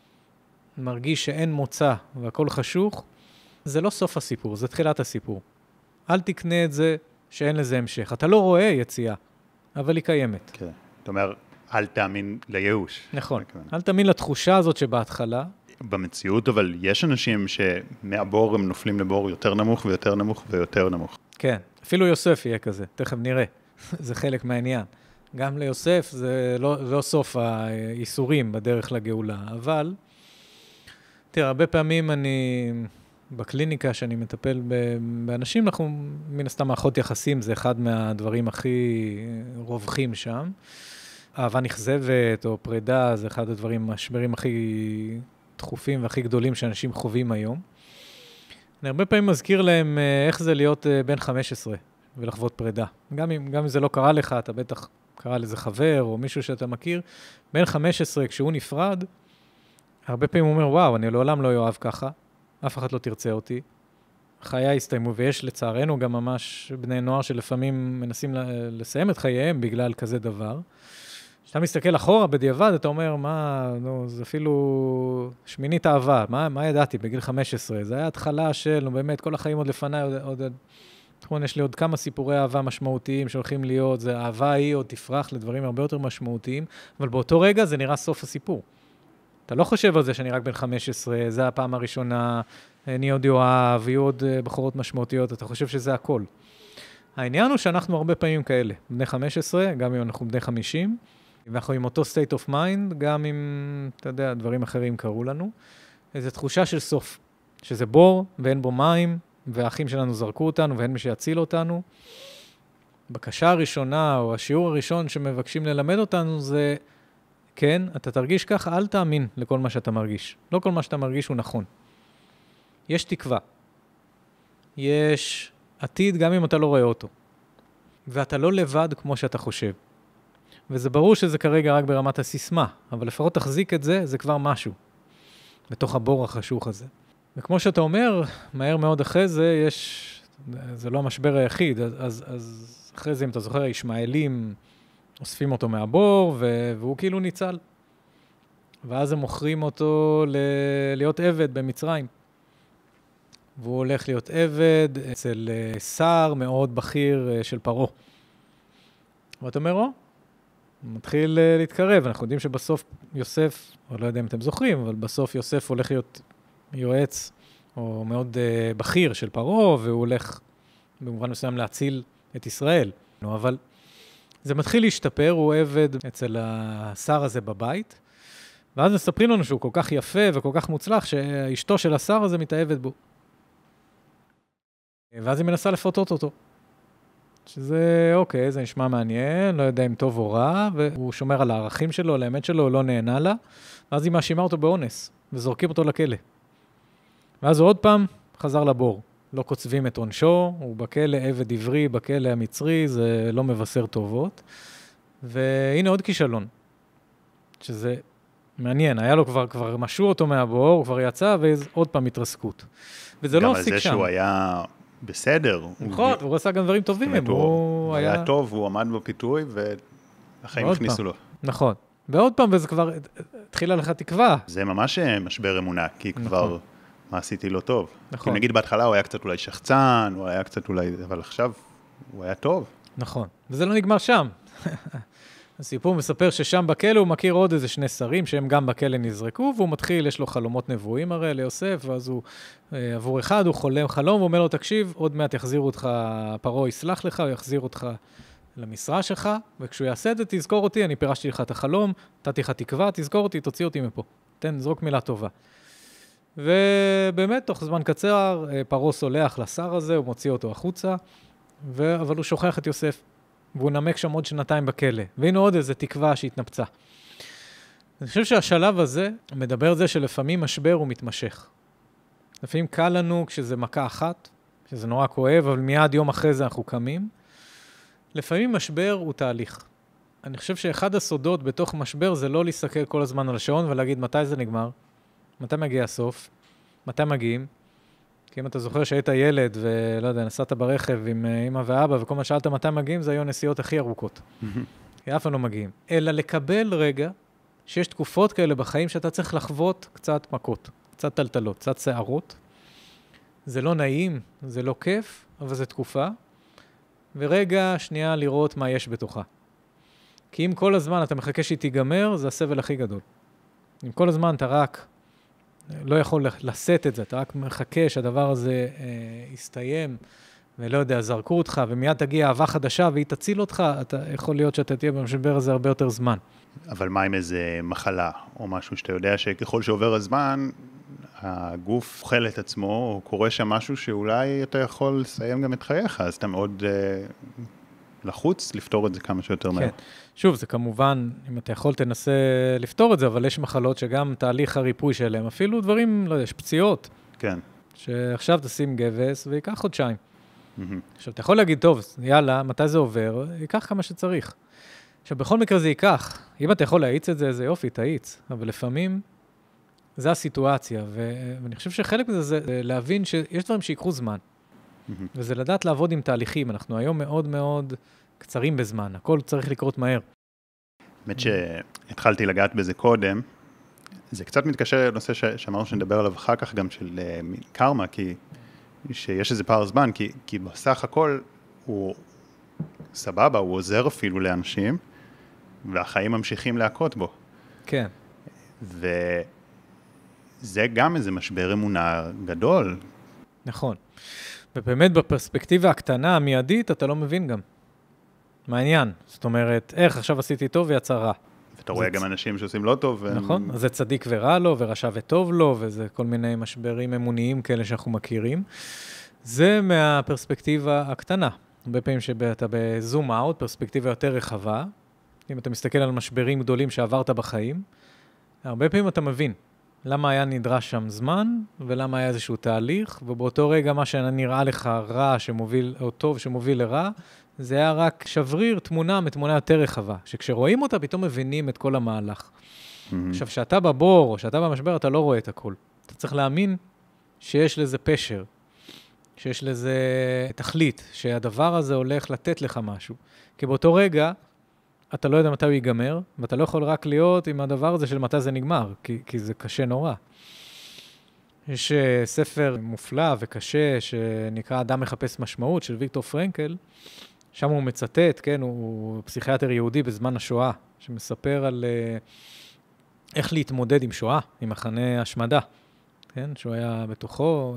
מרגיש שאין מוצא והכל חשוך, זה לא סוף הסיפור, זה תחילת הסיפור. אל תקנה את זה שאין לזה המשך. אתה לא רואה יציאה, אבל היא קיימת. כן. זאת אומרת, אל תאמין לייאוש. נכון. אל תאמין לתחושה הזאת שבהתחלה. במציאות, אבל יש אנשים שמהבור הם נופלים לבור יותר נמוך ויותר נמוך ויותר נמוך. כן. אפילו יוסף יהיה כזה. תכף נראה. זה חלק מהעניין. גם ליוסף זה לא סוף האיסורים בדרך לגאולה, אבל תראה, הרבה פעמים בקליניקה שאני מטפל באנשים, אנחנו מן הסתם מערכות יחסים, זה אחד מהדברים הכי רווחים שם. אהבה נכזבת או פרידה, זה אחד הדברים, המשברים הכי דחופים והכי גדולים שאנשים חווים היום. אני הרבה פעמים מזכיר להם איך זה להיות בן 15 ולחוות פרידה. גם אם זה לא קרה לך, אתה בטח קרא לזה חבר או מישהו שאתה מכיר. בן 15, כשהוא נפרד, הרבה פעמים הוא אומר, וואו, אני לעולם לא אוהב ככה. אף אחד לא תרצה אותי. חיי הסתיימו, ויש לצערנו גם ממש בני נוער שלפעמים מנסים לסיים את חייהם בגלל כזה דבר. כשאתה מסתכל אחורה בדיעבד, אתה אומר, זה אפילו שמינית אהבה, מה ידעתי בגיל 15? זה היה התחלה של, באמת, כל החיים עוד לפניי, יש לי עוד כמה סיפורי אהבה משמעותיים שהולכים להיות, זה אהבה היא עוד תפרח לדברים הרבה יותר משמעותיים, אבל באותו רגע זה נראה סוף הסיפור. אתה לא חושב על זה שאני רק בן 15, זה הפעם הראשונה, אני עוד אוהב, יהיו עוד בחורות משמעותיות, אתה חושב שזה הכל. העניין הוא שאנחנו הרבה פעמים כאלה, בני 15, גם אם אנחנו בני 50, ואנחנו עם אותו state of mind, גם אם, אתה יודע, דברים אחרים קרו לנו. איזו תחושה של סוף, שזה בור ואין בו מים, והאחים שלנו זרקו אותנו ואין מי שיציל אותנו. בקשה הראשונה, או השיעור הראשון שמבקשים ללמד אותנו זה, כן, אתה תרגיש ככה, אל תאמין לכל מה שאתה מרגיש. לא כל מה שאתה מרגיש הוא נכון. יש תקווה. יש עתיד גם אם אתה לא רואה אותו. ואתה לא לבד כמו שאתה חושב. וזה ברור שזה כרגע רק ברמת הסיסמה, אבל לפחות תחזיק את זה, זה כבר משהו. בתוך הבור החשוך הזה. וכמו שאתה אומר, מהר מאוד אחרי זה זה לא המשבר היחיד, אז אחרי זה, אם אתה זוכר, הישמעאלים אוספים אותו מהבור, והוא כאילו ניצל. ואז הם מוכרים אותו להיות עבד במצרים. והוא הולך להיות עבד אצל שר מאוד בכיר של פרעה. ואתה אומר, הוא מתחיל להתקרב. אנחנו יודעים שבסוף יוסף, או לא יודע אם אתם זוכרים, אבל בסוף יוסף הולך להיות יועץ, או מאוד בכיר של פרעה, והוא הולך במובן מסוים להציל את ישראל. אבל זה מתחיל להשתפר, הוא עבד אצל השר הזה בבית, ואז מספרים לנו שהוא כל כך יפה וכל כך מוצלח, שאשתו של השר הזה מתאהבת בו. ואז היא מנסה לפתות אותו. שזה, אוקיי, זה נשמע מעניין, לא יודע אם טוב או רע, והוא שומר על הערכים שלו, על האמת שלו, לא נהנה לה, ואז היא מאשימה אותו באונס, וזורקים אותו לכלא. ואז הוא עוד פעם חזר לבור. לא קוצבים את עונשו, הוא בכלא עבד עברי, בכלא המצרי, זה לא מבשר טובות. והנה עוד כישלון, שזה מעניין, היה לו כבר משו אותו מהבור, הוא כבר יצא, ועוד פעם התרסקות. וזה לא הפסיק שם. גם על זה שהוא היה בסדר. נכון, הוא עשה גם דברים טובים. הוא היה טוב, הוא עמד בפיתוי, והחיים הכניסו לו. נכון. ועוד פעם, וזה כבר התחילה לך תקווה. זה ממש משבר אמונה, כי כבר מה עשיתי לא טוב. נכון. כי נגיד בהתחלה הוא היה קצת אולי שחצן, הוא היה קצת אולי, אבל עכשיו הוא היה טוב. נכון, וזה לא נגמר שם. הסיפור מספר ששם בכלא הוא מכיר עוד איזה 2 שרים שהם גם בכלא נזרקו, והוא מתחיל, יש לו חלומות נבואים הרי ליוסף, ואז הוא עבור אחד, הוא חולם חלום, ואומר לו, תקשיב, עוד מעט יחזירו אותך, פרעה יסלח לך, הוא יחזיר אותך למשרה שלך, וכשהוא יעשה את זה, תזכור אותי, אני פירשתי לך את החלום, נתתי לך תקווה, תזכור אותי, תוציא אותי מפה. זרוק מילה טובה. ובאמת, תוך זמן קצר, פרעה סולח לשר הזה, הוא מוציא אותו החוצה, אבל הוא שוכח את יוסף, והוא נמק שם עוד 2 בכלא. והנה עוד איזו תקווה שהתנפצה. אני חושב שהשלב הזה מדבר על זה שלפעמים משבר הוא מתמשך. לפעמים קל לנו כשזה מכה אחת, שזה נורא כואב, אבל מיד יום אחרי זה אנחנו קמים. לפעמים משבר הוא תהליך. אני חושב שאחד הסודות בתוך משבר זה לא להסתכל כל הזמן על השעון ולהגיד מתי זה נגמר, מתי מגיע הסוף, מתי מגיעים. כי אם אתה זוכר שהיית ילד ולא יודע, נסעת ברכב עם אמא ואבא וכל מה שאלת מתי מגיעים, זה היו הנסיעות הכי ארוכות. כי אף פעם לא מגיעים. אלא לקבל רגע שיש תקופות כאלה בחיים שאתה צריך לחוות קצת מכות, קצת טלטלות, קצת שערות. זה לא נעים, זה לא כיף, אבל זה תקופה. ורגע שנייה לראות מה יש בתוכה. כי אם כל הזמן אתה מחכה שהיא תיגמר, זה הסבל הכי גדול. אם כל הזמן אתה רק לא יכול לשאת את זה, אתה רק מחכה שהדבר הזה יסתיים, ולא יודע, זרקו אותך, ומיד תגיע אהבה חדשה והיא תציל אותך, אתה יכול להיות שאתה תהיה במשבר הזה הרבה יותר זמן. אבל מה עם איזה מחלה, או משהו שאתה יודע שככל שעובר הזמן, הגוף אוכל את עצמו, או קורה שם משהו שאולי אתה יכול לסיים גם את חייך, אז אתה מאוד לחוץ לפתור את זה כמה שיותר מהר. כן. שוב, זה כמובן, אם אתה יכול תנסה לפתור את זה, אבל יש מחלות שגם תהליך הריפוי שלהם, אפילו דברים, לא יודע, יש פציעות. כן. שעכשיו תשים גבס ויקח חודשיים. עכשיו, אתה יכול להגיד, טוב, יאללה, מתי זה עובר? ייקח כמה שצריך. עכשיו, בכל מקרה זה ייקח. אם אתה יכול להאיץ את זה, זה יופי, תאיץ. אבל לפעמים זה הסיטואציה, ואני חושב שחלק מזה זה להבין שיש דברים שיקחו זמן. וזה לדעת לעבוד עם תהליכים. אנחנו היום מאוד מאוד קצרים בזמן. הכל צריך לקרות מהר. באמת שהתחלתי לגעת בזה קודם, זה קצת מתקשר לנושא שאמרנו שנדבר עליו אחר כך גם של קרמה, כי שיש איזה פער זמן, כי בסך הכל הוא סבבה, הוא עוזר אפילו לאנשים, והחיים ממשיכים להכות בו. כן. וזה גם איזה משבר אמונה גדול. נכון. ובאמת בפרספקטיבה הקטנה, המיידית, אתה לא מבין גם. מה העניין? זאת אומרת, איך עכשיו עשיתי טוב ויצא רע. ואתה רואה גם אנשים שעושים לא טוב. נכון, אז זה צדיק ורע לו, ורשע וטוב לו, וזה כל מיני משברים אמוניים כאלה שאנחנו מכירים. זה מהפרספקטיבה הקטנה. הרבה פעמים שאתה בזום אאוט, פרספקטיבה יותר רחבה, אם אתה מסתכל על משברים גדולים שעברת בחיים, הרבה פעמים אתה מבין למה היה נדרש שם זמן, ולמה היה איזשהו תהליך, ובאותו רגע מה שנראה לך רע שמוביל, או טוב שמוביל לרע, זה היה רק שבריר תמונה מתמונה יותר רחבה, שכשרואים אותה פתאום מבינים את כל המהלך. עכשיו, שאתה בבור או שאתה במשבר, אתה לא רואה את הכל. אתה צריך להאמין שיש לזה פשר, שיש לזה תכלית, שהדבר הזה הולך לתת לך משהו. כי באותו רגע, אתה לא יודע מתי הוא ייגמר, ואתה לא יכול רק להיות עם הדבר הזה של מתי זה נגמר, כי זה קשה נורא. יש ספר מופלא וקשה שנקרא אדם מחפש משמעות של ויקטור פרנקל, שם הוא מצטט, כן, הוא פסיכיאטר יהודי בזמן השואה, שמספר על איך להתמודד עם שואה, עם מחנה השמדה, כן, שהוא היה בתוכו.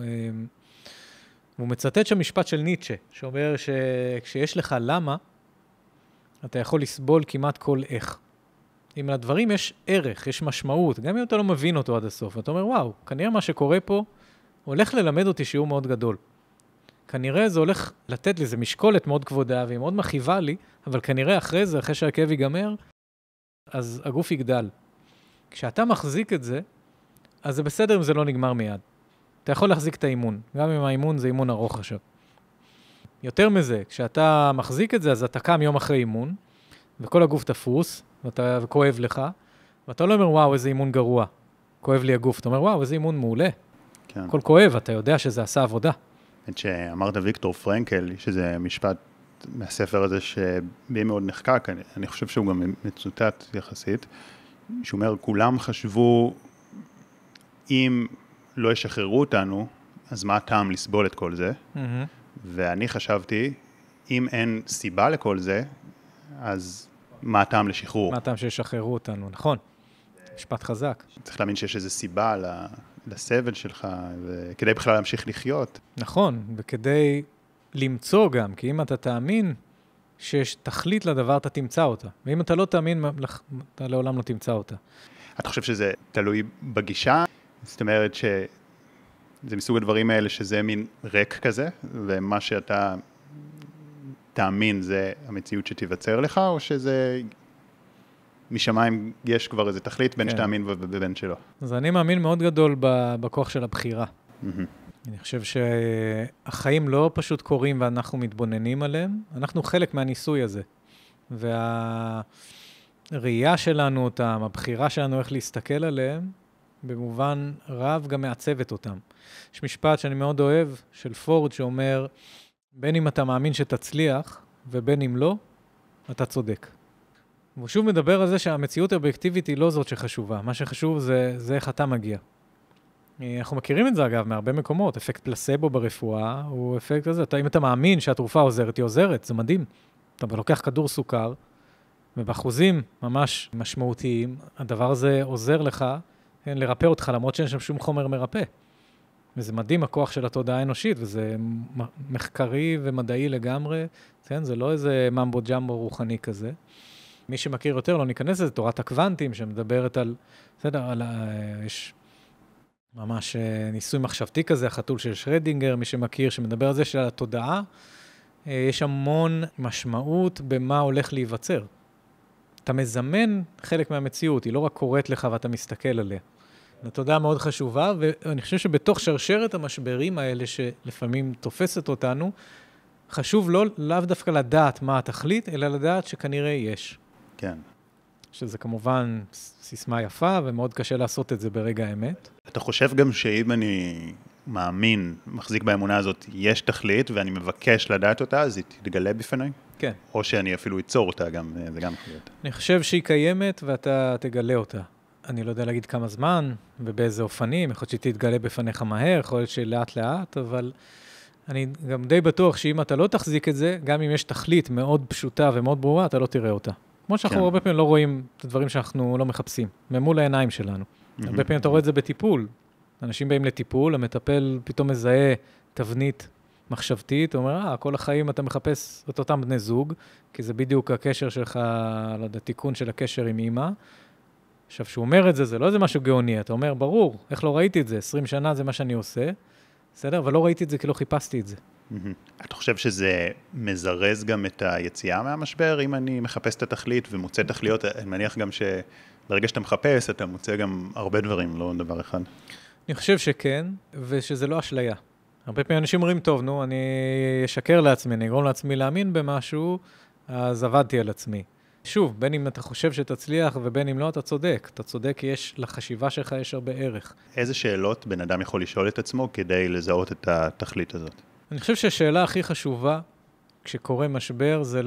הוא מצטט שם משפט של ניטשה, שאומר שכשיש לך למה, אתה יכול לסבול כמעט כל איך. אם לדברים יש ערך, יש משמעות, גם אם אתה לא מבין אותו עד הסוף, אתה אומר, וואו, כנראה מה שקורה פה הולך ללמד אותי שיעור מאוד גדול. כנראה זה הולך לתת לי, זה משקולת מאוד כבודה, והיא מאוד מכאיבה לי, אבל כנראה אחרי זה, אחרי שהכאב ייגמר, אז הגוף יגדל. כשאתה מחזיק את זה, אז זה בסדר אם זה לא נגמר מיד. אתה יכול להחזיק את האימון, גם אם האימון זה אימון ארוך עכשיו. יותר מזה, כשאתה מחזיק את זה, אז אתה קם יום אחרי אימון, וכל הגוף תפוס, וכואב לך, ואתה לא אומר, וואו, איזה אימון גרוע. כואב לי הגוף. אתה אומר, וואו, איזה אימון מעולה. כן. הכל כואב, אתה יודע שזה עשה עבודה. שאמרת ויקטור פרנקל, שזה משפט מהספר הזה שבי מאוד נחקק, אני חושב שהוא גם מצוטט יחסית, שהוא אומר, כולם חשבו, אם לא ישחררו אותנו, אז מה הטעם לסבול את כל זה? ואני חשבתי, אם אין סיבה לכל זה, אז מה הטעם לשחרור? מה הטעם שישחררו אותנו, נכון. משפט חזק. צריך להאמין שיש איזו סיבה לסבל שלך, וכדי בכלל להמשיך לחיות. נכון, וכדי למצוא גם, כי אם אתה תאמין שיש תכלית לדבר, אתה תמצא אותה. ואם אתה לא תאמין, אתה לעולם לא תמצא אותה. אתה חושב שזה תלוי בגישה? זאת אומרת שזה מסוג הדברים האלה שזה מין ריק כזה, ומה שאתה תאמין זה המציאות שתיווצר לך, או שזה משמיים יש כבר איזה תכלית בין שתאמין ובין שלא? אז אני מאמין מאוד גדול בכוח של הבחירה. אני חושב שהחיים לא פשוט קורים ואנחנו מתבוננים עליהם, אנחנו חלק מהניסוי הזה. והראייה שלנו אותם, הבחירה שלנו איך להסתכל עליהם, במובן רב גם מעצבת אותם. יש משפט שאני מאוד אוהב, של פורד, שאומר, בין אם אתה מאמין שתצליח, ובין אם לא, אתה צודק. והוא שוב מדבר על זה שהמציאות האובייקטיבית היא לא זאת שחשובה. מה שחשוב זה איך אתה מגיע. אנחנו מכירים את זה אגב מהרבה מקומות. אפקט פלסבו ברפואה הוא אפקט הזה. אם אתה מאמין שהתרופה עוזרת, היא עוזרת, זה מדהים. אתה לוקח כדור סוכר, ובאחוזים ממש משמעותיים, הדבר הזה עוזר לך לרפא אותך, למרות שאין שם שום חומר מרפא. וזה מדהים הכוח של התודעה האנושית, וזה מחקרי ומדעי לגמרי. זה לא איזה ממבו ג'מבו רוחני כזה. מי שמכיר יותר, לא ניכנס לזה, תורת הקוונטים, שמדברת על, יש ממש ניסוי מחשבתי כזה, החתול של שרדינגר, מי שמכיר, שמדבר על זה של התודעה, יש המון משמעות במה הולך להיווצר. אתה מזמן חלק מהמציאות, היא לא רק קוראת לך ואתה מסתכל עליה. התודעה מאוד חשובה, ואני חושב שבתוך שרשרת המשברים האלה, שלפעמים תופסת אותנו, חשוב לאו דווקא לדעת מה התכלית, אלא לדעת שכנראה יש. כן. שזה כמובן סיסמה יפה, ומאוד קשה לעשות את זה ברגע האמת. אתה חושב גם שאם אני מאמין, מחזיק באמונה הזאת, יש תכלית, ואני מבקש לדעת אותה, אז היא תתגלה בפני? כן. או שאני אפילו אצור אותה גם, זה גם יכול להיות. אני חושב שהיא קיימת, ואתה תגלה אותה. אני לא יודע להגיד כמה זמן, ובאיזה אופנים, יכול להיות שהיא תתגלה בפניך מהר, יכול להיות שלאט לאט, אבל אני גם די בטוח שאם אתה לא תחזיק את זה, גם אם יש תכלית מאוד פשוטה ומאוד ברורה, אתה לא תראה אותה. כמו שאנחנו הרבה פעמים לא רואים את הדברים שאנחנו לא מחפשים, ממול העיניים שלנו. הרבה פעמים אתה רואה את זה בטיפול. אנשים באים לטיפול, המטפל פתאום מזהה תבנית מחשבתית, הוא אומר, כל החיים אתה מחפש את אותם בני זוג, כי זה בדיוק הקשר שלך, לא יודע, תיקון של הקשר עם אמא. עכשיו, שהוא אומר את זה, זה לא איזה משהו גאוני, אתה אומר, ברור, איך לא ראיתי את זה? 20 שנה זה מה שאני עושה, בסדר? אבל לא ראיתי את זה כי לא חיפשתי את זה. אתה חושב שזה מזרז גם את היציאה מהמשבר, אם אני מחפש את התכלית ומוצא תכליות, אני מניח גם שברגע שאתה מחפש, אתה מוצא גם הרבה דברים, לא דבר אחד. אני חושב שכן, ושזה לא אשליה. הרבה פעמים אנשים אומרים, טוב, נו, אני אשקר לעצמי, אני אגרום לעצמי להאמין במשהו, אז עבדתי על עצמי. שוב, בין אם אתה חושב שתצליח ובין אם לא, אתה צודק. אתה צודק כי לחשיבה שלך יש הרבה ערך. איזה שאלות בן אדם יכול לשאול את עצמו כדי לזהות את התכלית הזאת? אני חושב שהשאלה הכי חשובה, כשקורה משבר, זה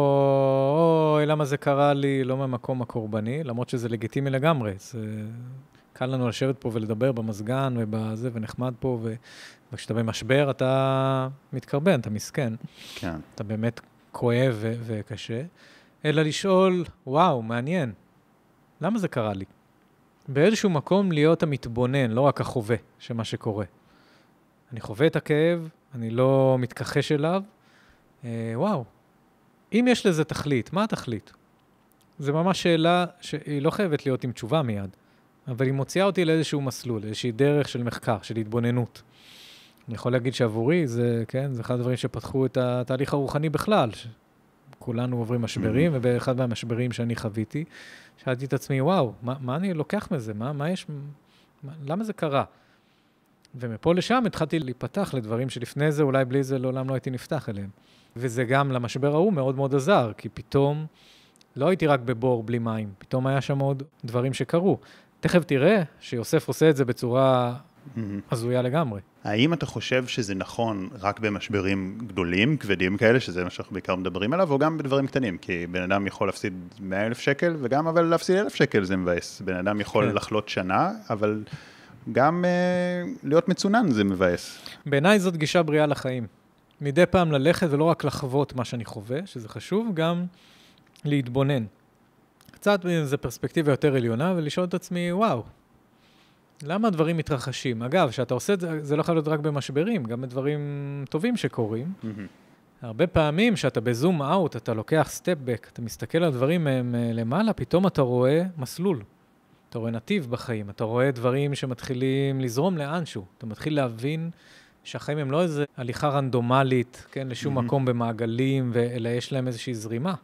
לא, אוי, למה זה קרה לי, לא מהמקום הקורבני, למרות שזה לגיטימי לגמרי. זה קל לנו לשבת פה ולדבר במזגן ובזה, ונחמד פה, וכשאתה במשבר, אתה מתקרבן, אתה מסכן. כן. אתה באמת כואב וקשה. אלא לשאול, וואו, מעניין, למה זה קרה לי? באיזשהו מקום להיות המתבונן, לא רק החווה של מה שקורה. אני חווה את הכאב, אני לא מתכחש אליו, וואו, אם יש לזה תכלית, מה התכלית? זו ממש שאלה שהיא לא חייבת להיות עם תשובה מיד, אבל היא מוציאה אותי לאיזשהו מסלול, איזושהי דרך של מחקר, של התבוננות. אני יכול להגיד שעבורי, זה, כן, זה אחד הדברים שפתחו את התהליך הרוחני בכלל, כולנו עוברים משברים, ובאחד מהמשברים שאני חוויתי, שאלתי את עצמי, וואו, מה אני לוקח מזה? מה יש? למה זה קרה? ומפה לשם התחלתי להיפתח לדברים שלפני זה, אולי בלי זה לעולם לא הייתי נפתח אליהם. וזה גם למשבר ההוא מאוד מאוד עזר, כי פתאום לא הייתי רק בבור בלי מים, פתאום היה שם עוד דברים שקרו. תכף תראה שיוסף עושה את זה בצורה הזויה לגמרי. האם אתה חושב שזה נכון רק במשברים גדולים, כבדים כאלה, שזה מה שאנחנו בעיקר מדברים עליו, או גם בדברים קטנים? כי בן אדם יכול להפסיד 100,000 שקל, וגם אבל להפסיד 1,000 שקל זה מבאס. בן אדם יכול לחלות שנה, אבל גם להיות מצונן זה מבאס. בעיניי זאת גישה בריאה לחיים. מדי פעם ללכת ולא רק לחוות מה שאני חווה, שזה חשוב, גם להתבונן. קצת באיזו פרספקטיבה יותר עליונה, ולשאול את עצמי, וואו, למה הדברים מתרחשים? אגב, שאתה עושה את זה, זה לא יכול להיות רק במשברים, גם בדברים טובים שקורים. הרבה פעמים שאתה בזום אאוט, אתה לוקח סטפ בק, אתה מסתכל על דברים מהם למעלה, פתאום אתה רואה מסלול. אתה רואה נתיב בחיים, אתה רואה דברים שמתחילים לזרום לאנשהו. אתה מתחיל להבין שהחיים הם לא איזו הליכה רנדומלית, כן, לשום מקום במעגלים, אלא יש להם איזושהי זרימה.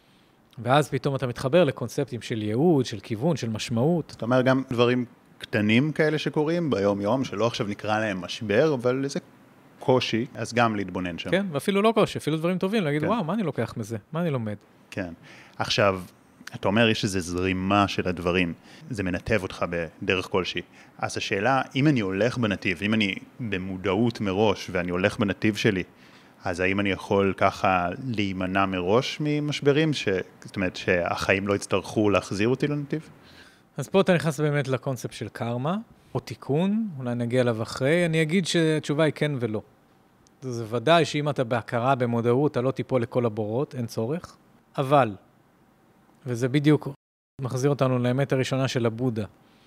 ואז פתאום אתה מתחבר לקונספטים של ייעוד, של כיוון, של משמעות. זאת אומרת, גם דברים קטנים כאלה שקורים ביום-יום, שלא עכשיו נקרא להם משבר, אבל איזה קושי, אז גם להתבונן שם. כן, ואפילו לא קושי, אפילו דברים טובים, להגיד, וואו, מה אני לוקח מזה? מה אני לומד? כן. עכשיו, אתה אומר, יש איזו זרימה של הדברים, זה מנתב אותך בדרך כלשהי. אז השאלה, אם אני הולך בנתיב, אם אני במודעות מראש, ואני הולך בנתיב שלי, אז האם אני יכול ככה להימנע מראש ממשברים, זאת אומרת שהחיים לא יצטרכו להחזיר אותי לנתיב? אז פה אתה נכנס באמת לקונספט של קרמה, או תיקון, אולי נגיע אליו אחרי. אני אגיד שהתשובה היא כן ולא. זה ודאי שאם אתה בהכרה, במודעות, אתה לא תיפול לכל הבורות, אין צורך. אבל, וזה בדיוק מחזיר אותנו לאמת הראשונה של הבודה,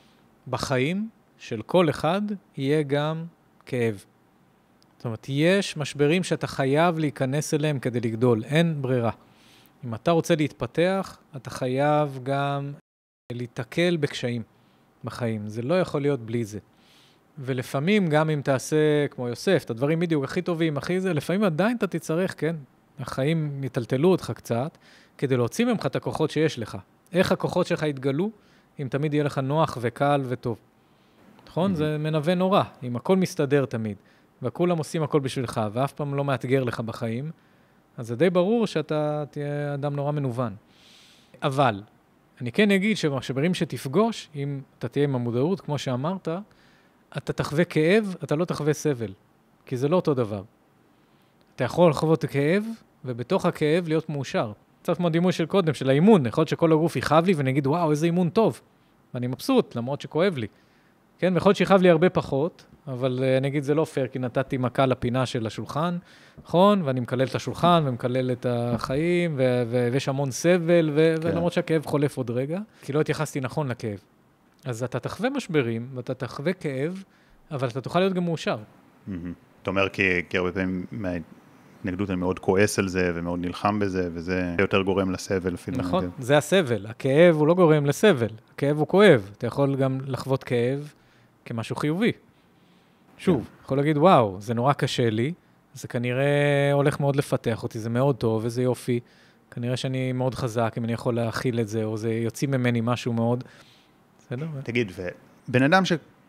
בחיים של כל אחד יהיה גם כאב. זאת אומרת, יש משברים שאתה חייב להיכנס אליהם כדי לגדול, אין ברירה. אם אתה רוצה להתפתח, אתה חייב גם להתקל בקשיים בחיים. זה לא יכול להיות בלי זה. ולפעמים גם אם תעשה, כמו יוסף, את הדברים בדיוק הכי טובים, הכי זה, לפעמים עדיין אתה תצטרך, כן? החיים יטלטלו אותך קצת, כדי להוציא ממך את הכוחות שיש לך. איך הכוחות שלך יתגלו, אם תמיד יהיה לך נוח וקל וטוב. נכון? זה מנווה נורא, אם הכל מסתדר תמיד. וכולם עושים הכל בשבילך, ואף פעם לא מאתגר לך בחיים, אז זה די ברור שאתה תהיה אדם נורא מנוון. אבל, אני כן אגיד שבמשברים שתפגוש, אם אתה תהיה עם המודעות, כמו שאמרת, אתה תחווה כאב, אתה לא תחווה סבל, כי זה לא אותו דבר. אתה יכול לחוות כאב, ובתוך הכאב להיות מאושר. קצת כמו דימוי של קודם, של האימון, יכול להיות שכל הגוף יכאב לי, ואני אגיד, וואו, איזה אימון טוב. ואני מבסוט, למרות שכואב לי. כן, ויכול להיות שיכאב לי הרבה פחות, אבל אני אגיד, זה לא פייר, כי נתתי מכה לפינה של השולחן, נכון? ואני מקלל את השולחן, ומקלל את החיים, ויש המון סבל, ולמרות שהכאב חולף עוד רגע, כי לא התייחסתי נכון לכאב. אז אתה תחווה משברים, ואתה תחווה כאב, אבל אתה תוכל להיות גם מאושר. אתה אומר, כי הרבה פעמים מההתנגדות אני מאוד כועס על זה, ומאוד נלחם בזה, וזה יותר גורם לסבל אפילו. נכון, זה הסבל. הכאב הוא לא גורם לסבל, הכאב הוא כואב. אתה יכול גם לחוות כאב כמשהו חיובי. שוב, יכול להגיד, וואו, זה נורא קשה לי, זה כנראה הולך מאוד לפתח אותי, זה מאוד טוב, וזה יופי. כנראה שאני מאוד חזק, אם אני יכול להכיל את זה, או זה יוציא ממני משהו מאוד. בסדר? תגיד, ובן אדם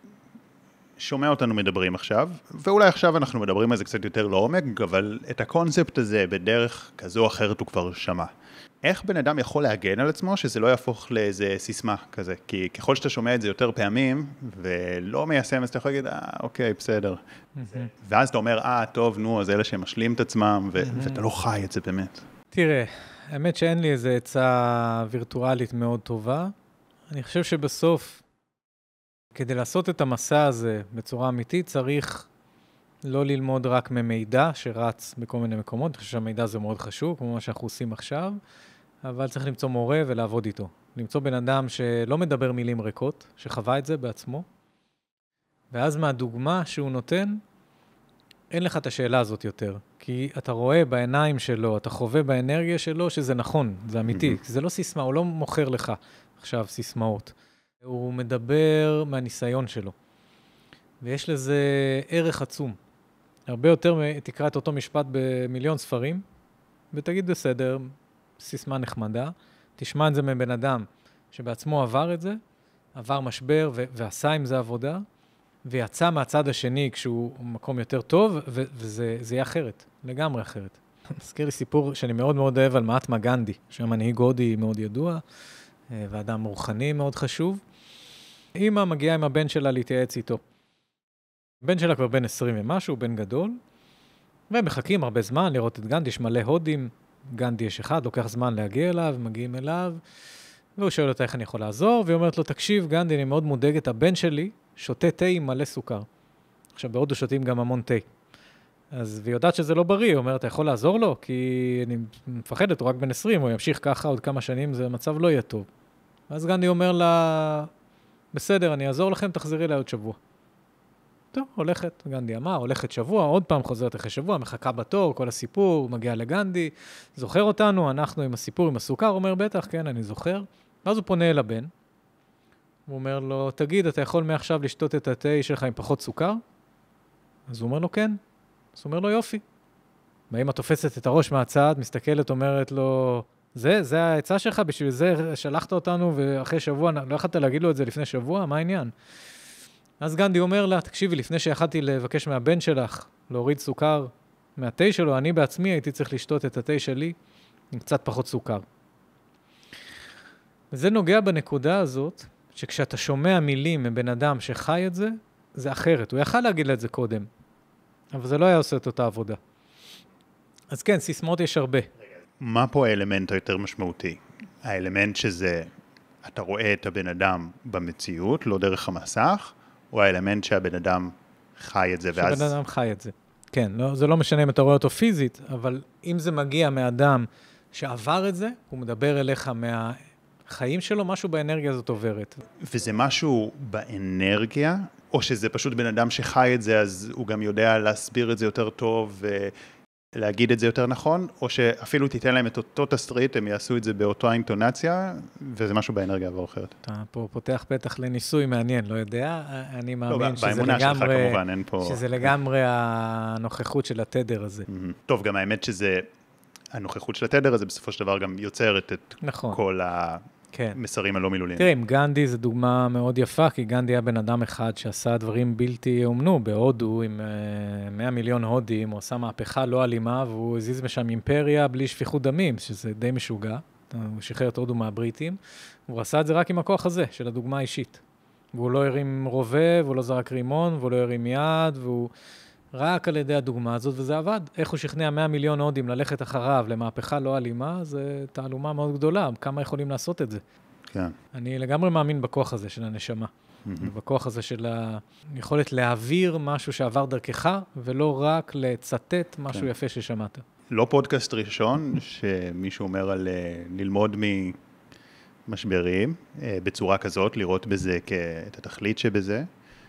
ששומע אותנו מדברים עכשיו, ואולי עכשיו אנחנו מדברים על זה קצת יותר לעומק, אבל את הקונספט הזה בדרך כזו או אחרת הוא כבר שמע. איך בן אדם יכול להגן על עצמו שזה לא יהפוך לאיזה סיסמה כזה? כי ככל שאתה שומע את זה יותר פעמים, ולא מיישם, אז אתה יכול להגיד, אוקיי, בסדר. ואז אתה אומר, טוב, נו, אז אלה שמשלים את עצמם, ואתה לא חי את זה באמת. תראה, האמת שאין לי איזו עצה וירטואלית מאוד טובה. אני חושב שבסוף, כדי לעשות את המסע הזה בצורה אמיתית, צריך לא ללמוד רק ממידע שרץ בכל מיני מקומות. אני חושב שהמידע זה מאוד חשוב, כמו מה שאנחנו עושים עכשיו, אבל צריך למצוא מורה ולעבוד איתו. למצוא בן אדם שלא מדבר מילים ריקות, שחווה את זה בעצמו, ואז מהדוגמה שהוא נותן, אין לך את השאלה הזאת יותר. כי אתה רואה בעיניים שלו, אתה חווה באנרגיה שלו שזה נכון, זה אמיתי. זה לא סיסמה, הוא לא מוכר לך עכשיו סיסמאות. הוא מדבר מהניסיון שלו. ויש לזה ערך עצום. הרבה יותר תקרא את אותו משפט במיליון ספרים, ותגיד בסדר, סיסמה נחמדה, תשמע את זה מבן אדם שבעצמו עבר את זה, עבר משבר ועשה עם זה עבודה, ויצא מהצד השני כשהוא מקום יותר טוב, וזה יהיה אחרת, לגמרי אחרת. מזכיר לי סיפור שאני מאוד מאוד אוהב על מהטמה גנדי, שהיה מנהיג הודי מאוד ידוע, ואדם רוחני מאוד חשוב. אמא מגיעה עם הבן שלה להתייעץ איתו. הבן שלה כבר בן 20 ומשהו, בן גדול, והם מחכים הרבה זמן לראות את גנדי, יש מלא הודים, גנדי יש אחד, לוקח זמן להגיע אליו, מגיעים אליו, והוא שואל אותה איך אני יכול לעזור, והיא אומרת לו, תקשיב, גנדי, אני מאוד מודאגת, הבן שלי שותה תה עם מלא סוכר. עכשיו, בהודו שותים גם המון תה. והיא יודעת שזה לא בריא, היא אומרת, אתה יכול לעזור לו? כי אני מפחדת, הוא רק בן 20, הוא ימשיך ככה עוד כמה שנים, זה מצב לא יהיה טוב. אז גנדי אומר לה, בסדר, אני אעזור לכם, תחזרי לה עוד שבוע. טוב, הולכת, גנדי אמר, הולכת שבוע, עוד פעם חוזרת אחרי שבוע, מחכה בתור, כל הסיפור, מגיע לגנדי, זוכר אותנו, אנחנו עם הסיפור, עם הסוכר, הוא אומר, בטח, כן, אני זוכר. ואז הוא פונה אל הבן, הוא אומר לו, תגיד, אתה יכול מעכשיו לשתות את התה שלך עם פחות סוכר? אז הוא אומר לו, כן. אז הוא אומר לו, יופי. ואמא תופסת את הראש מהצד, מסתכלת, אומרת לו, זה העצה שלך, בשביל זה שלחת אותנו, ואחרי שבוע, לא יכולת להגיד לו את זה לפני שבוע, מה העניין? אז גנדי אומר לה, תקשיבי, לפני שיכלתי לבקש מהבן שלך להוריד סוכר מהתה שלו, אני בעצמי הייתי צריך לשתות את התה שלי עם קצת פחות סוכר. וזה נוגע בנקודה הזאת, שכשאתה שומע מילים מבן אדם שחי את זה, זה אחרת. הוא יכל להגיד לה את זה קודם, אבל זה לא היה עושה את אותה עבודה. אז כן, סיסמאות יש הרבה. מה פה האלמנט היותר משמעותי? האלמנט שזה, אתה רואה את הבן אדם במציאות, לא דרך המסך, או האלמנט שהבן אדם חי את זה, ואז... שהבן אדם חי את זה. כן, לא, זה לא משנה אם אתה רואה אותו פיזית, אבל אם זה מגיע מאדם שעבר את זה, הוא מדבר אליך מהחיים שלו, משהו באנרגיה הזאת עוברת. וזה משהו באנרגיה, או שזה פשוט בן אדם שחי את זה, אז הוא גם יודע להסביר את זה יותר טוב, ולהגיד את זה יותר נכון, או שאפילו תיתן להם את אותו תסריט, הם יעשו את זה באותו אינטונציה, וזה משהו באנרגיה עבור אחרת. אתה פה פותח פתח לניסוי מעניין, לא יודע, אני מאמין שזה לגמרי הנוכחות של התדר הזה. טוב, גם האמת שזה, הנוכחות של התדר הזה בסופו של דבר גם יוצרת את כל המסרים הלא מילוליים. תראה, עם גנדי זו דוגמה מאוד יפה, כי גנדי היה בן אדם אחד שעשה דברים בלתי יאומנו בהודו, עם 100 מיליון הודים, הוא עשה מהפכה לא אלימה, והוא הזיז משם אימפריה בלי שפיכות דמים, שזה די משוגע. הוא שחרר את הודו מהבריטים, והוא עשה את זה רק עם הכוח הזה, של הדוגמה האישית. והוא לא הרים רובה, והוא לא זרק רימון, והוא לא הרים יד, והוא רק על ידי הדוגמה הזאת, וזה עבד. איך הוא שכנע 100 מיליון הודים ללכת אחריו למהפכה לא אלימה, זה תעלומה מאוד גדולה, כמה יכולים לעשות את זה. כן. אני לגמרי מאמין בכוח הזה של הנשמה, ובכוח הזה של היכולת להעביר משהו שעבר דרכך, ולא רק לצטט משהו יפה ששמעת. לא פודקאסט ראשון שמישהו אומר על ללמוד ממשברים בצורה כזאת, לראות בזה את התכלית שבזה,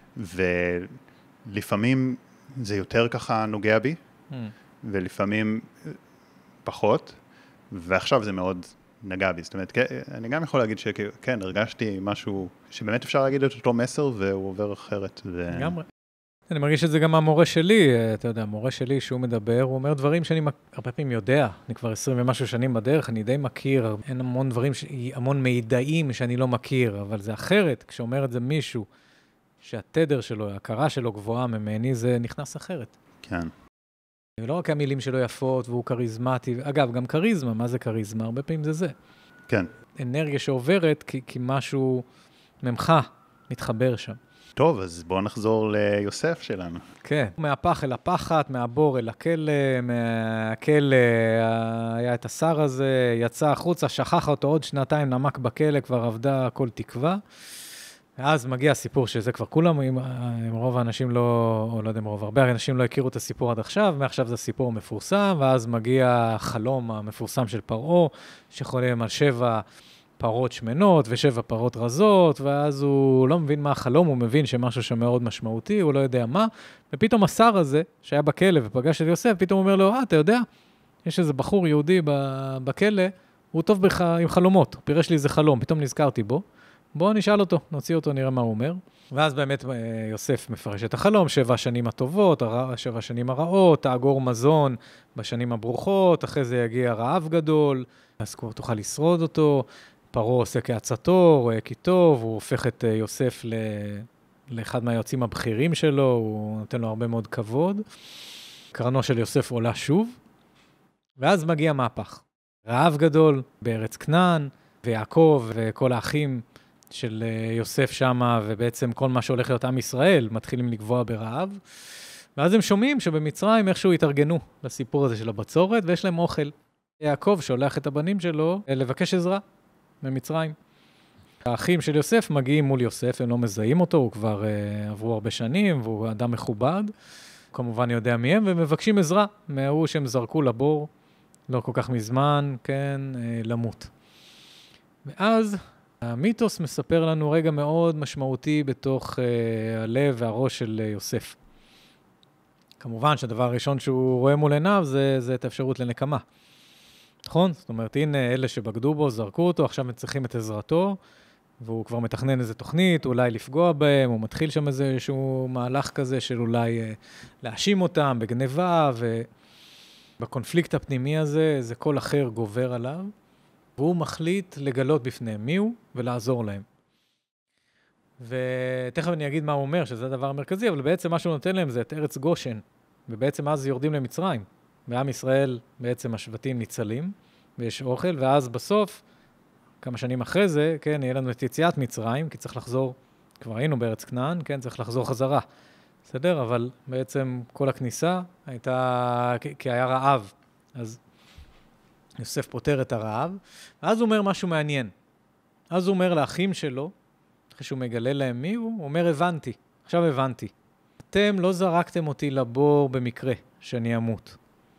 ולפעמים זה יותר ככה נוגע בי, ולפעמים פחות, ועכשיו זה מאוד נגע בי. זאת אומרת, אני גם יכול להגיד שכן, הרגשתי משהו שבאמת אפשר להגיד את אותו מסר, והוא עובר אחרת. לגמרי. אני מרגיש שזה גם המורה שלי, אתה יודע, המורה שלי שהוא מדבר, הוא אומר דברים שאני הרבה פעמים יודע, אני כבר 20 ומשהו שנים בדרך, אני די מכיר, אין המון דברים, המון מידעים שאני לא מכיר, אבל זה אחרת, כשאומר את זה מישהו, שהתדר שלו, ההכרה שלו גבוהה ממני, זה נכנס אחרת. כן. ולא רק המילים שלו יפות, והוא כריזמטי, אגב, גם כריזמה, מה זה כריזמה? הרבה פעמים זה זה. כן. אנרגיה שעוברת, כי משהו ממך מתחבר שם. טוב, אז בואו נחזור ליוסף שלנו. כן, מהפח אל הפחת, מהבור אל הכלא, מהכלא היה את השר הזה, יצא החוצה, שכח אותו עוד שנתיים, נמק בכלא, כבר עבדה כל תקווה. ואז מגיע הסיפור שזה כבר כולם, עם רוב האנשים לא, או לא יודע אם רוב, הרבה אנשים לא הכירו את הסיפור עד עכשיו, מעכשיו זה הסיפור המפורסם, ואז מגיע החלום המפורסם של פרעה, שחולם על 7 פרות שמנות ו7 פרות רזות, ואז הוא לא מבין מה החלום, הוא מבין שמשהו שמאוד משמעותי, הוא לא יודע מה, ופתאום השר הזה, שהיה בכלא ופגש את יוסף, פתאום הוא אומר לו, אתה יודע, יש איזה בחור יהודי בכלא, הוא טוב עם חלומות, הוא פירש לי איזה חלום, פתאום נזכרתי בו, בואו נשאל אותו, נוציא אותו, נראה מה הוא אומר. ואז באמת יוסף מפרש את החלום, 7 שנים הטובות, 7 שנים הרעות, תאגור מזון בשנים הברוכות, אחרי זה יגיע רעב גדול, אז כבר תוכל לשרוד אותו, פרעה עושה כעצתו, רואה כי טוב, הוא הופך את יוסף לאחד מהיועצים הבכירים שלו, הוא נותן לו הרבה מאוד כבוד. קרנו של יוסף עולה שוב, ואז מגיע מהפך. רעב גדול בארץ כנען, ויעקב וכל האחים של יוסף שמה, ובעצם כל מה שהולך להיות עם ישראל, מתחילים לגבוע ברעב. ואז הם שומעים שבמצרים איכשהו התארגנו לסיפור הזה של הבצורת, ויש להם אוכל. יעקב שולח את הבנים שלו לבקש עזרה במצרים. האחים של יוסף מגיעים מול יוסף, הם לא מזהים אותו, הוא כבר עברו הרבה שנים, והוא אדם מכובד. הוא כמובן יודע מי הם, ומבקשים עזרה מההוא שהם זרקו לבור, לא כל כך מזמן, כן, למות. ואז המיתוס מספר לנו רגע מאוד משמעותי בתוך הלב והראש של יוסף. כמובן שהדבר הראשון שהוא רואה מול עיניו זה את האפשרות לנקמה. נכון? זאת אומרת, הנה אלה שבגדו בו, זרקו אותו, עכשיו הם צריכים את עזרתו, והוא כבר מתכנן איזו תוכנית, אולי לפגוע בהם, הוא מתחיל שם איזשהו מהלך כזה של אולי להאשים אותם בגניבה, ובקונפליקט הפנימי הזה, איזה קול אחר גובר עליו, והוא מחליט לגלות בפניהם מי הוא ולעזור להם. ותכף אני אגיד מה הוא אומר, שזה הדבר המרכזי, אבל בעצם מה שהוא נותן להם זה את ארץ גושן, ובעצם אז יורדים למצרים. בעם ישראל בעצם השבטים ניצלים, ויש אוכל, ואז בסוף, כמה שנים אחרי זה, כן, יהיה לנו את יציאת מצרים, כי צריך לחזור, כבר היינו בארץ כנען, כן, צריך לחזור חזרה. בסדר? אבל בעצם כל הכניסה הייתה, כי היה רעב. אז יוסף פותר את הרעב, ואז הוא אומר משהו מעניין. אז הוא אומר לאחים שלו, אחרי שהוא מגלה להם מי הוא אומר, הבנתי, עכשיו הבנתי. אתם לא זרקתם אותי לבור במקרה שאני אמות.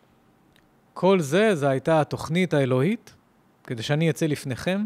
כל זה הייתה התוכנית האלוהית, כדי שאני אצא לפניכם,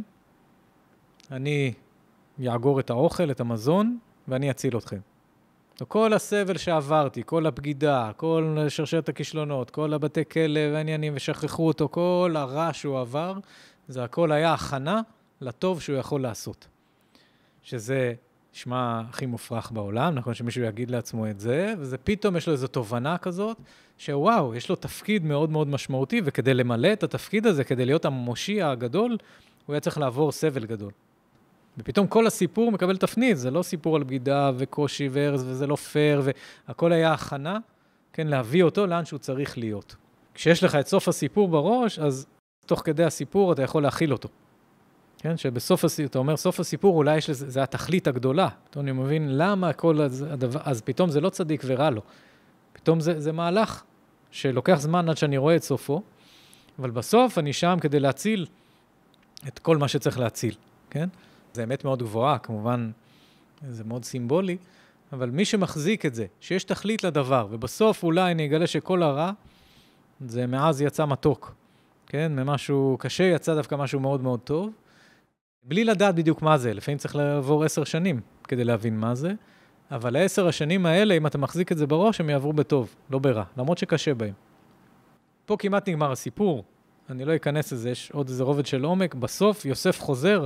אני יאגור את האוכל, את המזון, ואני אציל אתכם. כל הסבל שעברתי, כל הבגידה, כל שרשרת הכישלונות, כל הבתי כלא והעניינים ושכחו אותו, כל הרע שהוא עבר, זה הכל היה הכנה לטוב שהוא יכול לעשות. שזה נשמע הכי מופרך בעולם, נכון שמישהו יגיד לעצמו את זה, וזה פתאום יש לו איזו תובנה כזאת, שוואו, יש לו תפקיד מאוד מאוד משמעותי, וכדי למלא את התפקיד הזה, כדי להיות המושיע הגדול, הוא היה צריך לעבור סבל גדול. ופתאום כל הסיפור מקבל תפנית, זה לא סיפור על בגידה וקושי והרס, וזה לא פייר, והכל היה הכנה, כן, להביא אותו לאן שהוא צריך להיות. כשיש לך את סוף הסיפור בראש, אז תוך כדי הסיפור אתה יכול להכיל אותו. כן, שבסוף הסיפור, אתה אומר, סוף הסיפור אולי יש לזה, זה התכלית הגדולה. אני מבין למה כל הדבר, אז פתאום זה לא צדיק ורע לו. פתאום זה מהלך שלוקח זמן עד שאני רואה את סופו, אבל בסוף אני שם כדי להציל את כל מה שצריך להציל, כן? זה אמת מאוד גבוהה, כמובן, זה מאוד סימבולי, אבל מי שמחזיק את זה, שיש תכלית לדבר, ובסוף אולי אני אגלה שכל הרע, זה מאז יצא מתוק, כן? ממשהו קשה יצא דווקא משהו מאוד מאוד טוב, בלי לדעת בדיוק מה זה, לפעמים צריך לעבור 10 שנים כדי להבין מה זה, אבל 10 השנים האלה, אם אתה מחזיק את זה בראש, הם יעברו בטוב, לא ברע, למרות שקשה בהם. פה כמעט נגמר הסיפור, אני לא אכנס לזה, יש עוד איזה רובד של עומק, בסוף יוסף חוזר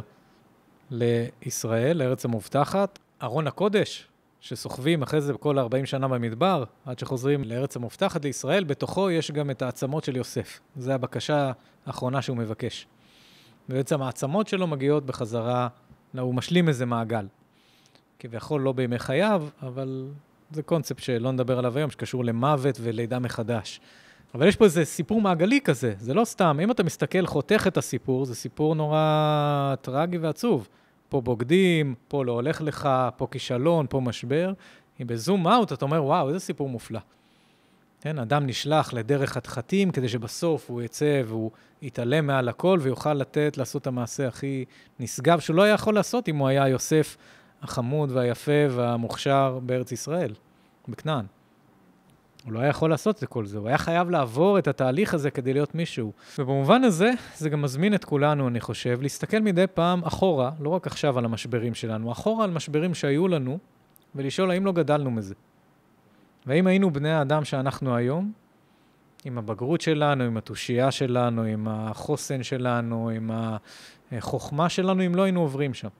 לישראל, לארץ המובטחת, ארון הקודש, שסוחבים אחרי זה בכל 40 שנה במדבר, עד שחוזרים לארץ המובטחת לישראל, בתוכו יש גם את העצמות של יוסף. זו הבקשה האחרונה שהוא מבקש. ובעצם העצמות שלו מגיעות בחזרה, הוא משלים איזה מעגל. כביכול לא בימי חייו, אבל זה קונספט שלא נדבר עליו היום, שקשור למוות ולידה מחדש. אבל יש פה איזה סיפור מעגלי כזה, זה לא סתם. אם אתה מסתכל, חותך את הסיפור, זה סיפור נורא טרגי ועצוב. פה בוגדים, פה לא הולך לך, פה כישלון, פה משבר. אם בזום אאוט אתה אומר, וואו, איזה סיפור מופלא. כן, אדם נשלח לדרך חתחתים, כדי שבסוף הוא יצא והוא יתעלם מעל הכל, ויוכל לעשות את המעשה הכי נשגב, שהוא לא היה יכול לעשות אם הוא היה יוסף החמוד והיפה והמוכשר בארץ ישראל, בכנען. הוא לא היה יכול לעשות את כל זה, הוא היה חייב לעבור את התהליך הזה כדי להיות מישהו. ובמובן הזה, זה גם מזמין את כולנו, אני חושב, להסתכל מדי פעם אחורה, לא רק עכשיו על המשברים שלנו, אחורה על משברים שהיו לנו, ולשאול האם לא גדלנו מזה. והאם היינו בני האדם שאנחנו היום, עם הבגרות שלנו, עם התושייה שלנו, עם החוסן שלנו, עם החוכמה שלנו, אם לא היינו עוברים שם.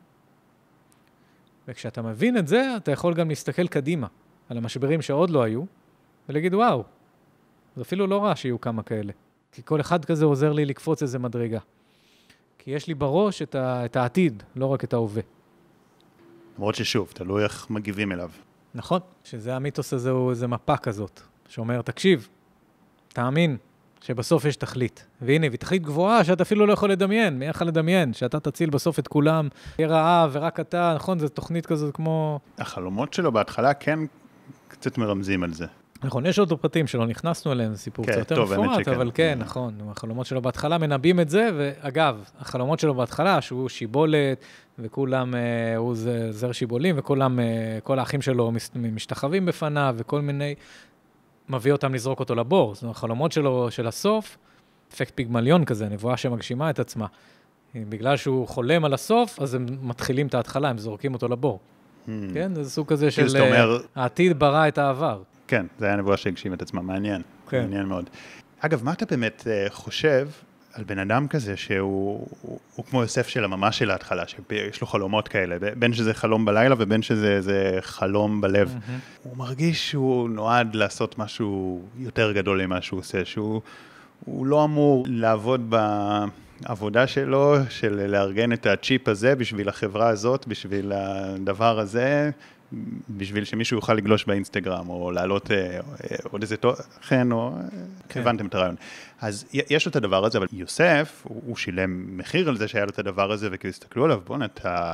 וכשאתה מבין את זה, אתה יכול גם להסתכל קדימה, על המשברים שעוד לא היו, ולהגיד, וואו, זה אפילו לא רע שיהיו כמה כאלה. כי כל אחד כזה עוזר לי לקפוץ איזה מדרגה. כי יש לי בראש את העתיד, לא רק את ההווה. למרות ששוב, תלוי איך מגיבים אליו. נכון, שזה המיתוס הזה הוא איזה מפה כזאת, שאומר, תקשיב, תאמין, שבסוף יש תכלית. והנה, והיא תכלית גבוהה שאתה אפילו לא יכול לדמיין. מי יכול לדמיין? שאתה תציל בסוף את כולם, יהיה רעב ורק אתה, נכון? זו תוכנית כזאת כמו... החלומות שלו בהתחלה כן קצת מרמזים על זה. נכון, יש עוד פרטים שלא נכנסנו אליהם, זה סיפור קצת יותר מפורט, אבל כן, נכון, החלומות שלו בהתחלה מנבאים את זה, ואגב, החלומות שלו בהתחלה, שהוא שיבולת, וכולם, הוא זר שיבולים, וכולם, כל האחים שלו משתחווים בפניו, וכל מיני, מביא אותם לזרוק אותו לבור. זאת אומרת, החלומות שלו של הסוף, אפקט פיגמליון כזה, נבואה שמגשימה את עצמה. בגלל שהוא חולם על הסוף, אז הם מתחילים את ההתחלה, הם זורקים אותו לבור. כן, זה סוג כזה של העתיד ברא את העבר. כן, זה היה נבואה שהגשים את עצמה, מעניין, כן. מעניין מאוד. אגב, מה אתה באמת חושב על בן אדם כזה שהוא כמו יוסף של הממש של ההתחלה, שיש לו חלומות כאלה, בין שזה חלום בלילה ובין שזה חלום בלב. הוא מרגיש שהוא נועד לעשות משהו יותר גדול ממה שהוא עושה, שהוא לא אמור לעבוד בעבודה שלו, של לארגן את הצ'יפ הזה בשביל החברה הזאת, בשביל הדבר הזה, בשביל שמישהו יוכל לגלוש באינסטגרם, או לעלות עוד איזה תוכן, או הבנתם את הרעיון. אז יש לו את הדבר הזה, אבל יוסף, הוא שילם מחיר על זה שהיה לו את הדבר הזה, וכי הסתכלו עליו, בוא,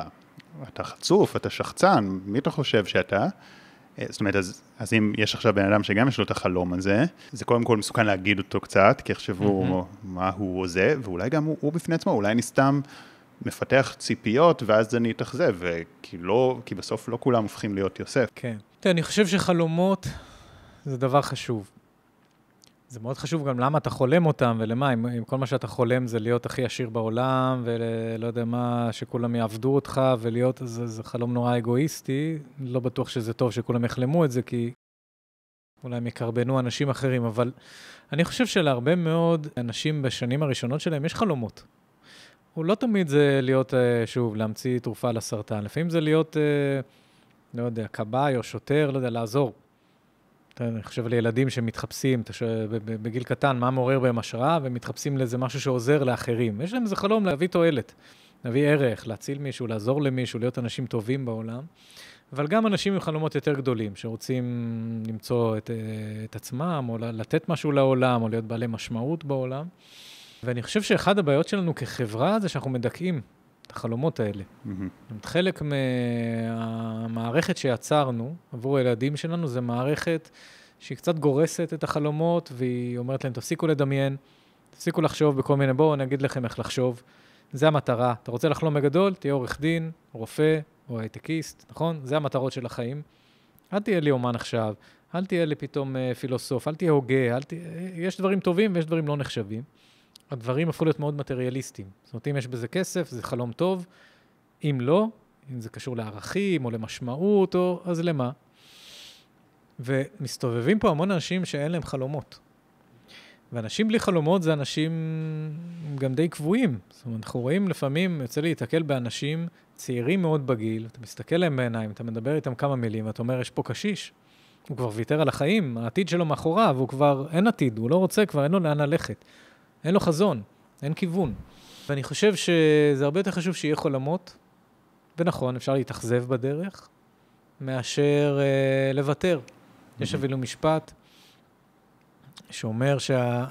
אתה חצוף, אתה שחצן, מי אתה חושב שאתה? זאת אומרת, אז אם יש עכשיו בן אדם שגם יש לו את החלום הזה, זה קודם כל מסוכן להגיד אותו קצת, כי יחשבו מה הוא עושה, ואולי גם הוא בפני עצמו, אולי נסתם מפתח ציפיות, ואז אני אתאכזב, כי בסוף לא כולם הופכים להיות יוסף. כן. אני חושב שחלומות זה דבר חשוב. זה מאוד חשוב גם למה אתה חולם אותם, ולמה, אם כל מה שאתה חולם זה להיות הכי עשיר בעולם, ולא יודע מה, שכולם יעבדו אותך, ולהיות, זה חלום נורא אגואיסטי, לא בטוח שזה טוב שכולם יחלמו את זה, כי אולי הם יקרבנו אנשים אחרים, אבל אני חושב שלהרבה מאוד אנשים בשנים הראשונות שלהם יש חלומות. הוא לא תמיד זה להיות, שוב, להמציא תרופה לסרטן. לפעמים זה להיות, לא יודע, קב"י או שוטר, לא יודע, לעזור. אני חושב על ילדים שמתחפשים, בגיל קטן, מה מעורר בהם השראה, ומתחפשים לזה משהו שעוזר לאחרים. יש להם איזה חלום להביא תועלת, להביא ערך, להציל מישהו, לעזור למישהו, להיות אנשים טובים בעולם. אבל גם אנשים עם חלומות יותר גדולים, שרוצים למצוא את עצמם, או לתת משהו לעולם, או להיות בעלי משמעות בעולם. ואני חושב שאחד הבעיות שלנו כחברה זה שאנחנו מדכאים את החלומות האלה. חלק מהמערכת שיצרנו עבור הילדים שלנו זה מערכת שהיא קצת גורסת את החלומות, והיא אומרת להם, תפסיקו לדמיין, תפסיקו לחשוב בכל מיני, בואו אני אגיד לכם איך לחשוב. זה המטרה. אתה רוצה לחלום בגדול? תהיה עורך דין, רופא או הייטקיסט, נכון? זה המטרות של החיים. אל תהיה לי אומן עכשיו, אל תהיה לי פתאום פילוסוף, אל תהיה הוגה, יש דברים טובים ויש דברים לא נחשבים. הדברים הפכו להיות מאוד מטריאליסטיים. זאת אומרת, אם יש בזה כסף, זה חלום טוב. אם לא, אם זה קשור לערכים או למשמעות, אז למה? ומסתובבים פה המון אנשים שאין להם חלומות. ואנשים בלי חלומות זה אנשים גם די קבועים. זאת אומרת, אנחנו רואים לפעמים, יוצא לי להתקל באנשים צעירים מאוד בגיל, אתה מסתכל להם בעיניים, אתה מדבר איתם כמה מילים, ואתה אומר, יש פה קשיש. הוא כבר ויתר על החיים, העתיד שלו מאחוריו, הוא כבר אין עתיד, הוא לא רוצה, כבר אין לו לאן ללכת. אין לו חזון, אין כיוון. ואני חושב שזה הרבה יותר חשוב שיהיה חלומות, ונכון, אפשר להתאכזב בדרך, מאשר לוותר. יש אפילו משפט שאומר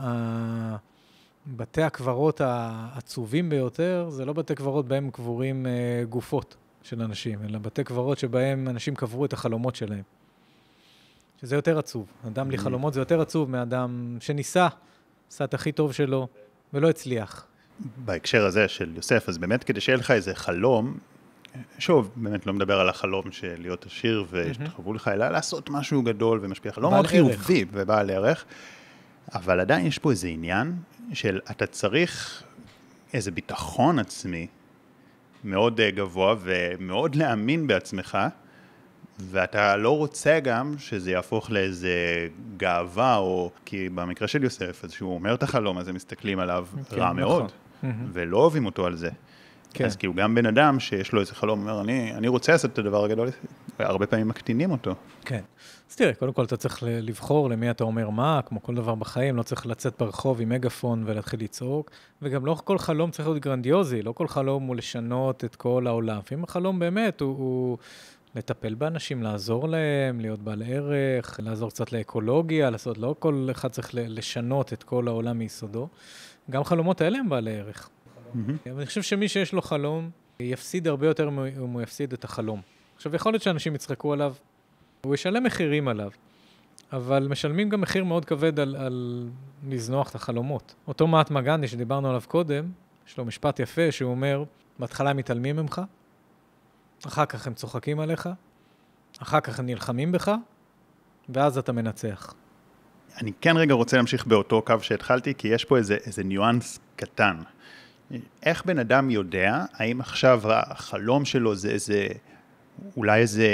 שבתי הקברות העצובים ביותר, זה לא בתי קברות בהם קבורים גופות של אנשים, אלא בתי קברות שבהם אנשים קברו את החלומות שלהם. שזה יותר עצוב. אדם בלי חלומות זה יותר עצוב מאדם שניסה, עשה את הכי טוב שלו, ולא הצליח. בהקשר הזה של יוסף, אז באמת כדי שיהיה לך איזה חלום, שוב, באמת לא מדבר על החלום של להיות עשיר וישתחוו לך, אלא לעשות משהו גדול ומשפיע. חלום מאוד חיובי ובעל ערך, אבל עדיין יש פה איזה עניין של אתה צריך איזה ביטחון עצמי מאוד גבוה ומאוד להאמין בעצמך, ואתה לא רוצה גם שזה יהפוך לאיזה גאווה, או כי במקרה של יוסף, אז שהוא אומר את החלום הזה, מסתכלים עליו רע מאוד, ולא אוהבים אותו על זה. אז כי הוא גם בן אדם שיש לו איזה חלום, אומר, אני רוצה לעשות את הדבר הגדול, והרבה פעמים מקטינים אותו. כן. אז תראה, קודם כל אתה צריך לבחור למי אתה אומר מה, כמו כל דבר בחיים, לא צריך לצאת ברחוב עם מגפון ולהתחיל לצעוק, וגם לא כל חלום צריך להיות גרנדיוזי, לא כל חלום הוא לשנות את כל העולם. לפעמים החלום באמת הוא לטפל באנשים, לעזור להם, להיות בעל ערך, לעזור קצת לאקולוגיה, לעשות, לא כל אחד צריך לשנות את כל העולם מיסודו. גם חלומות האלה הם בעלי ערך. אני חושב שמי שיש לו חלום, יפסיד הרבה יותר אם הוא יפסיד את החלום. עכשיו, יכול להיות שאנשים יצחקו עליו, הוא ישלם מחירים עליו, אבל משלמים גם מחיר מאוד כבד על לזנוח את החלומות. אותו מהטמה גנדי שדיברנו עליו קודם, יש לו משפט יפה שהוא אומר, בהתחלה הם מתעלמים ממך, אחר כך הם צוחקים עליך, אחר כך הם נלחמים בך, ואז אתה מנצח. אני כן רגע רוצה להמשיך באותו קו שהתחלתי, כי יש פה איזה ניואנס קטן. איך בן אדם יודע, האם עכשיו החלום שלו זה אולי איזה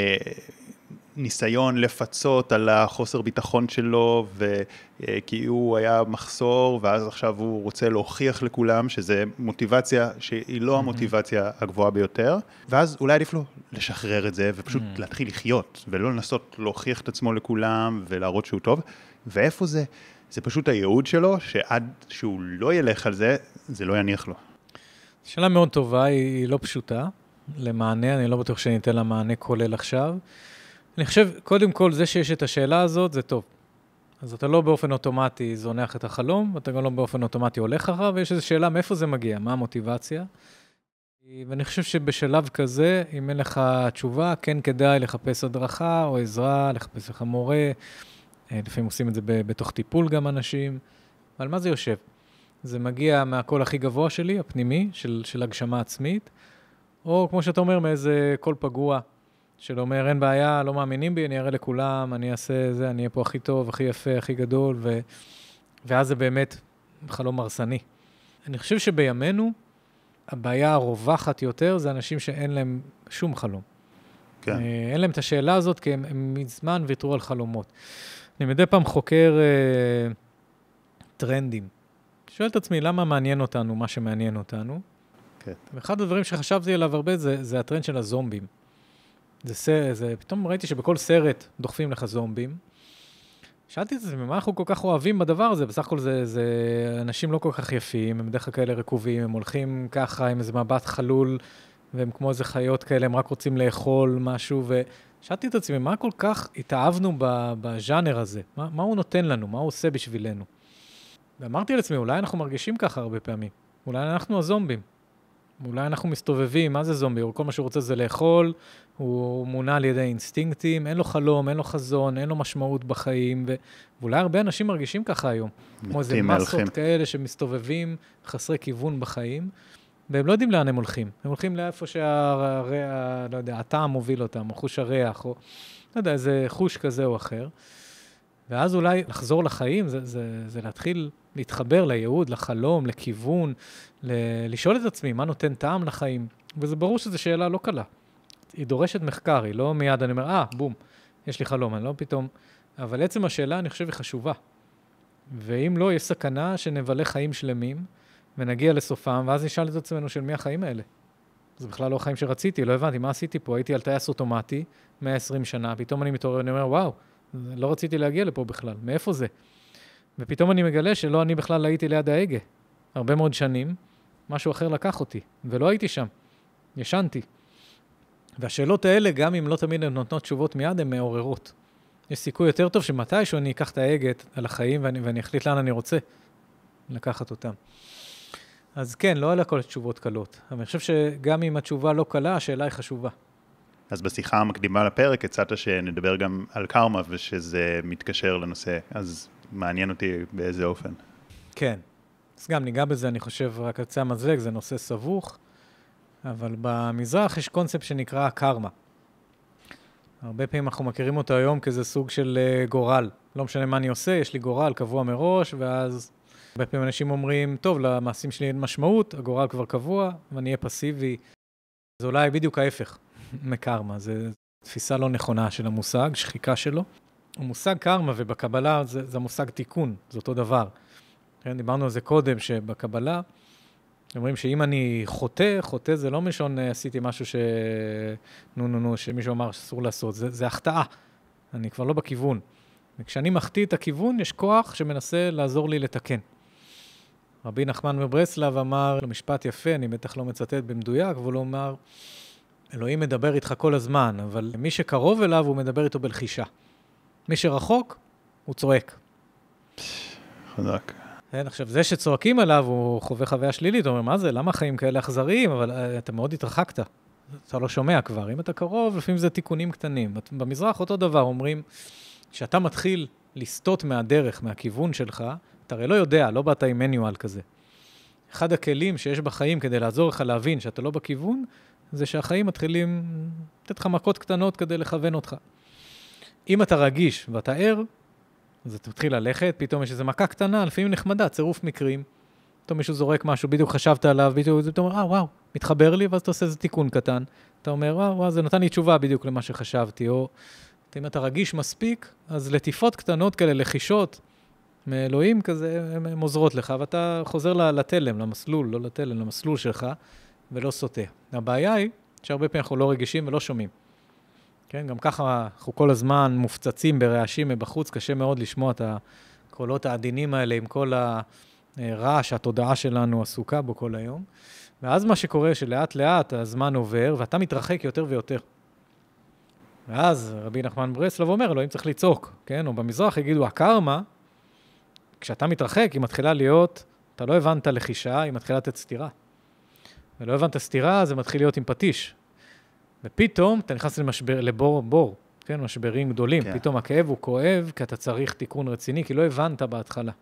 ניסיון לפצות על החוסר ביטחון שלו, כי הוא היה מחסור, ואז עכשיו הוא רוצה להוכיח לכולם שזה מוטיבציה שהיא לא המוטיבציה הגבוהה ביותר, ואז אולי עדיף לו לשחרר את זה, ופשוט להתחיל לחיות, ולא לנסות להוכיח את עצמו לכולם, ולהראות שהוא טוב, ואיפה זה? זה פשוט הייעוד שלו, שעד שהוא לא ילך על זה, זה לא יניח לו. שאלה מאוד טובה, היא לא פשוטה למענה, אני לא בטוח שניתן לה מענה כולל עכשיו. אני חושב, קודם כל, זה שיש את השאלה הזאת, זה טוב. אז אתה לא באופן אוטומטי זונח את החלום, ואתה גם לא באופן אוטומטי הולך אחריו, ויש איזו שאלה מאיפה זה מגיע, מה המוטיבציה. ואני חושב שבשלב כזה, אם אין לך תשובה, כן כדאי לחפש הדרכה או עזרה, לחפש לך מורה, לפעמים עושים את זה בתוך טיפול גם אנשים, אבל מה זה יושב? זה מגיע מהקול הכי גבוה שלי, הפנימי, של הגשמה עצמית, או כמו שאתה אומר, מאיזה קול פגוע, שאומר, אין בעיה, לא מאמינים בי, אני אראה לכולם, אני אעשה זה, אני אהיה פה הכי טוב, הכי יפה, הכי גדול, ואז זה באמת חלום הרסני. אני חושב שבימינו, הבעיה הרווחת יותר, זה אנשים שאין להם שום חלום. כן. אין להם את השאלה הזאת, כי הם מזמן ויתרו על חלומות. אני מדי פעם חוקר טרנדים. שואל את עצמי, למה מעניין אותנו מה שמעניין אותנו? כן. ואחד הדברים שחשבתי עליו הרבה, זה הטרנד של הזומבים. פתאום ראיתי שבכל סרט דוחפים לך זומבים. שאלתי את זה, מה אנחנו כל כך אוהבים בדבר הזה? בסך הכל זה אנשים לא כל כך יפים, הם בדרך כלל כאלה רקובים, הם הולכים ככה עם איזה מבט חלול, והם כמו איזה חיות כאלה, הם רק רוצים לאכול משהו, ושאלתי את עצמי, מה כל כך התאהבנו בז'אנר הזה? מה הוא נותן לנו? מה הוא עושה בשבילנו? ואמרתי לעצמי, אולי אנחנו מרגישים ככה הרבה פעמים. אולי אנחנו הזומבים. אולי אנחנו מסתובבים, מה זה זומבי? כל מה שהוא רוצה זה לאכול, הוא מונע על ידי אינסטינקטים, אין לו חלום, אין לו חזון, אין לו משמעות בחיים, ואולי הרבה אנשים מרגישים ככה היום. כמו איזה מסות כאלה שמסתובבים, חסרי כיוון בחיים, והם לא יודעים לאן הם הולכים. הם הולכים לאיפה לא יודע, הטעם מוביל אותם, או חוש הריח, או לא יודע, איזה חוש כזה או אחר. ואז אולי לחזור לחיים, זה להתחיל להתחבר לייעוד, לחלום, לכיוון, לשאול את עצמי מה נותן טעם לחיים. וזה ברור שזו שאלה לא קלה. היא דורשת מחקר, היא לא מיד, אני אומר, בום, יש לי חלום, אני לא פתאום... אבל עצם השאלה, אני חושב, היא חשובה. ואם לא, יש סכנה שנבלה חיים שלמים, ונגיע לסופם, ואז נשאל את עצמנו של מי החיים האלה. זה בכלל לא החיים שרציתי, לא הבנתי, מה עשיתי פה? הייתי על טייס אוטומטי, 120 שנה, פתאום אני מתעורר, אני אומר, וואו, לא רציתי להגיע לפה בכלל, מאיפה זה? ופתאום אני מגלה שלא אני בכלל הייתי ליד ההגה. הרבה מאוד שנים, משהו אחר לקח אותי, ולא הייתי שם. ישנתי. והשאלות האלה, גם אם לא תמיד הן נותנות תשובות מיד, הן מעוררות. יש סיכוי יותר טוב שמתישהו אני אקח את ההגה על החיים, ואני אחליט לאן אני רוצה לקחת אותם. אז כן, לא על הכל תשובות קלות. אבל אני חושב שגם אם התשובה לא קלה, השאלה היא חשובה. אז בשיחה המקדימה לפרק, הצעת שנדבר גם על קרמה, ושזה מתקשר לנושא, אז מעניין אותי באיזה אופן. כן. אז גם ניגע בזה, אני חושב, רק על קצה המזלג, זה נושא סבוך, אבל במזרח יש קונספט שנקרא קרמה. הרבה פעמים אנחנו מכירים אותו היום כאיזה סוג של גורל. לא משנה מה אני עושה, יש לי גורל קבוע מראש, ואז הרבה פעמים אנשים אומרים, טוב, למעשים שלי אין משמעות, הגורל כבר קבוע, ואני אהיה פסיבי. זה אולי בדיוק ההפך מקרמה. זו תפיסה לא נכונה של המושג, שחיקה שלו. המושג קרמה ובקבלה זה המושג תיקון, זה אותו דבר. דיברנו על זה קודם, שבקבלה, אומרים שאם אני חוטא זה לא משון עשיתי משהו שמישהו אמר שאסור לעשות, זה החטאה. אני כבר לא בכיוון. וכשאני מחטיא את הכיוון, יש כוח שמנסה לעזור לי לתקן. רבי נחמן מברסלב אמר, משפט יפה, אני בטח לא מצטט במדויק, אבל הוא אמר, אלוהים מדבר איתך כל הזמן, אבל מי שקרוב אליו, הוא מדבר איתו בלחישה. מי שרחוק, הוא צועק. חזק. כן, עכשיו, זה שצועקים עליו, הוא חווה חוויה שלילית, הוא אומר, מה זה? למה החיים כאלה אכזריים? אבל אתה מאוד התרחקת. אתה לא שומע כבר. אם אתה קרוב, לפעמים זה תיקונים קטנים. במזרח אותו דבר, אומרים, כשאתה מתחיל לסטות מהדרך, מהכיוון שלך, אתה הרי לא יודע, לא באת עם מניואל כזה. אחד הכלים שיש בחיים כדי לעזור לך להבין שאתה לא בכיוון, זה שהחיים מתחילים לתת לך מכות קטנות כדי לכוון אותך. אם אתה רגיש ואתה ער, אז אתה מתחיל ללכת, פתאום יש איזו מכה קטנה, לפעמים נחמדה, צירוף מקרים. פתאום מישהו זורק משהו, בדיוק חשבת עליו, בדיוק, אתה אומר, וואו, מתחבר לי, ואז אתה עושה איזה תיקון קטן. אתה אומר, וואו, זה נתן לי תשובה בדיוק למה שחשבתי, או אם אתה רגיש מספיק, אז לטיפות קטנות כאלה, לחישות, מאלוהים כזה, הן עוזרות לך, ואתה חוזר לתלם, למסלול, לא לתלם, למסלול שלך, ולא סוטה. הבעיה היא שהרבה פעמים אנחנו לא רגישים ולא שומעים. כן, גם ככה אנחנו כל הזמן מופצצים ברעשים מבחוץ, קשה מאוד לשמוע את הקולות העדינים האלה עם כל הרעש, התודעה שלנו עסוקה בו כל היום. ואז מה שקורה שלאט לאט הזמן עובר, ואתה מתרחק יותר ויותר. ואז רבי נחמן ברסלב אומר, אלוהים צריך לצעוק, כן? או במזרח יגידו, הקרמה, כשאתה מתרחק, היא מתחילה להיות, אתה לא הבנת לחישה, היא מתחילה לתת סתירה. ולא הבנת סתירה, זה מתחיל להיות עם פטיש. ופתאום אתה נכנס לבור, כן, משברים גדולים. כן. פתאום הכאב הוא כואב, כי אתה צריך תיקון רציני, כי לא הבנת בהתחלה.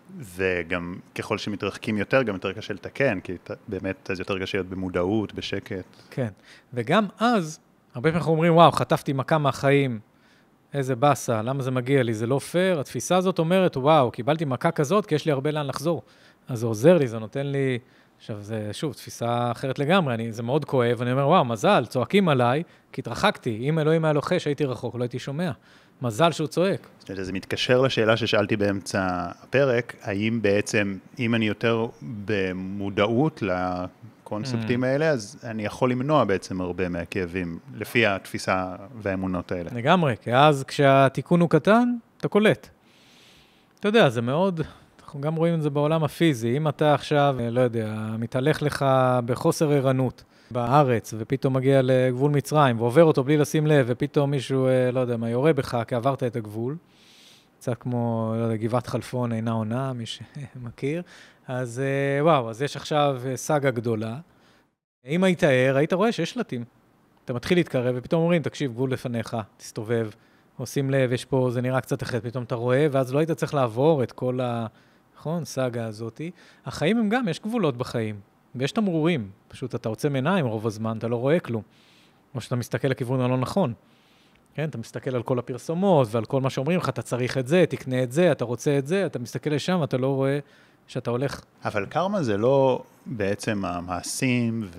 וגם ככל שמתרחקים יותר, גם יותר קשה לתקן, כי באמת זה יותר קשה להיות במודעות, בשקט. כן, וגם אז, הרבה פעמים אנחנו אומרים, וואו, חטפתי מכה מהחיים, איזה בסה, למה זה מגיע לי, זה לא פייר. התפיסה הזאת אומרת, וואו, קיבלתי מכה כזאת, כי יש לי הרבה לאן לחזור. אז זה עוזר לי, זה נותן לי... עכשיו, זה שוב, תפיסה אחרת לגמרי, זה מאוד כואב, אני אומר, וואו, מזל, צועקים עליי, כי התרחקתי, אם אלוהים היה לוחש, הייתי רחוק, לא הייתי שומע. מזל שהוא צועק. זה מתקשר לשאלה ששאלתי באמצע הפרק, האם בעצם, אם אני יותר במודעות לקונספטים האלה, אז אני יכול למנוע בעצם הרבה מהכאבים, לפי התפיסה והאמונות האלה. לגמרי, כי אז כשהתיקון הוא קטן, אתה קולט. אתה יודע, זה מאוד... אנחנו גם רואים את זה בעולם הפיזי. אם אתה עכשיו, לא יודע, מתהלך לך בחוסר ערנות בארץ, ופתאום מגיע לגבול מצרים, ועובר אותו בלי לשים לב, ופתאום מישהו, לא יודע מה, יורה בך, כי עברת את הגבול, קצת כמו, לא יודע, גבעת חלפון, אינה עונה, מי שמכיר. אז וואו, אז יש עכשיו סאגה גדולה. אם היית ער, היית רואה שיש שלטים. אתה מתחיל להתקרב, ופתאום אומרים, תקשיב, גבול לפניך, תסתובב, עושים לב, יש פה, זה נראה קצת אחרת, פתאום אתה רואה, ואז לא היית צריך לעבור את כל נכון, סאגה הזאת. החיים הם גם, יש גבולות בחיים, ויש תמרורים. פשוט אתה עוצם עיניים רוב הזמן, אתה לא רואה כלום. או שאתה מסתכל לכיוון הלא נכון. כן, אתה מסתכל על כל הפרסומות ועל כל מה שאומרים לך, אתה צריך את זה, תקנה את זה, אתה רוצה את זה, אתה מסתכל לשם, אתה לא רואה שאתה הולך. אבל קרמה זה לא בעצם המעשים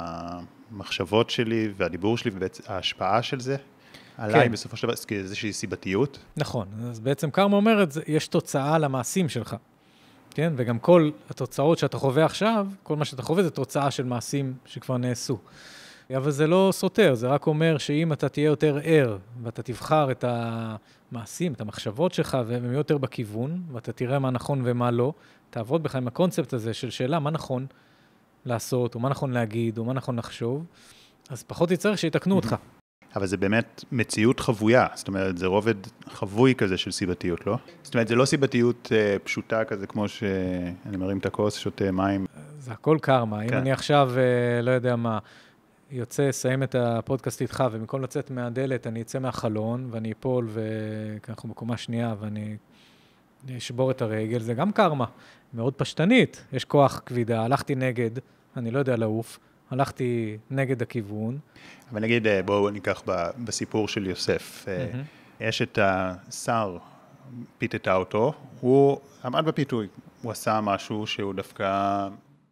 והמחשבות שלי והדיבור שלי וההשפעה של זה עליי כן. בסופו של דבר, כאיזושהי סיבתיות. נכון, אז בעצם קרמה אומרת, יש תוצאה למעשים שלך. כן? וגם כל התוצאות שאתה חווה עכשיו, כל מה שאתה חווה זה תוצאה של מעשים שכבר נעשו. אבל זה לא סותר, זה רק אומר שאם אתה תהיה יותר ער, ואתה תבחר את המעשים, את המחשבות שלך, והם יותר בכיוון, ואתה תראה מה נכון ומה לא, תעבוד בך עם הקונספט הזה של שאלה מה נכון לעשות, או מה נכון להגיד, או מה נכון לחשוב, אז פחות יצטרך שיתקנו אותך. אבל זה באמת מציאות חבויה, זאת אומרת, זה רובד חבוי כזה של סיבתיות, לא? זאת אומרת, זה לא סיבתיות פשוטה כזה, כמו שאני מרים את הכוס, שותה מים. זה הכל קרמה. כן. אם אני עכשיו, לא יודע מה, יוצא, סיים את הפודקאסט איתך, ומקום לצאת מהדלת, אני אצא מהחלון, ואני אפול, וכנחנו בקומה שנייה, ואני אשבור את הרגל, זה גם קרמה. מאוד פשטנית, יש כוח כבידה, הלכתי נגד, אני לא יודע לעוף, הלכתי נגד הכיוון. אבל נגיד, בואו ניקח בסיפור של יוסף. יש את השר, פיתתה אותו, הוא עמד בפיתוי, הוא עשה משהו שהוא דווקא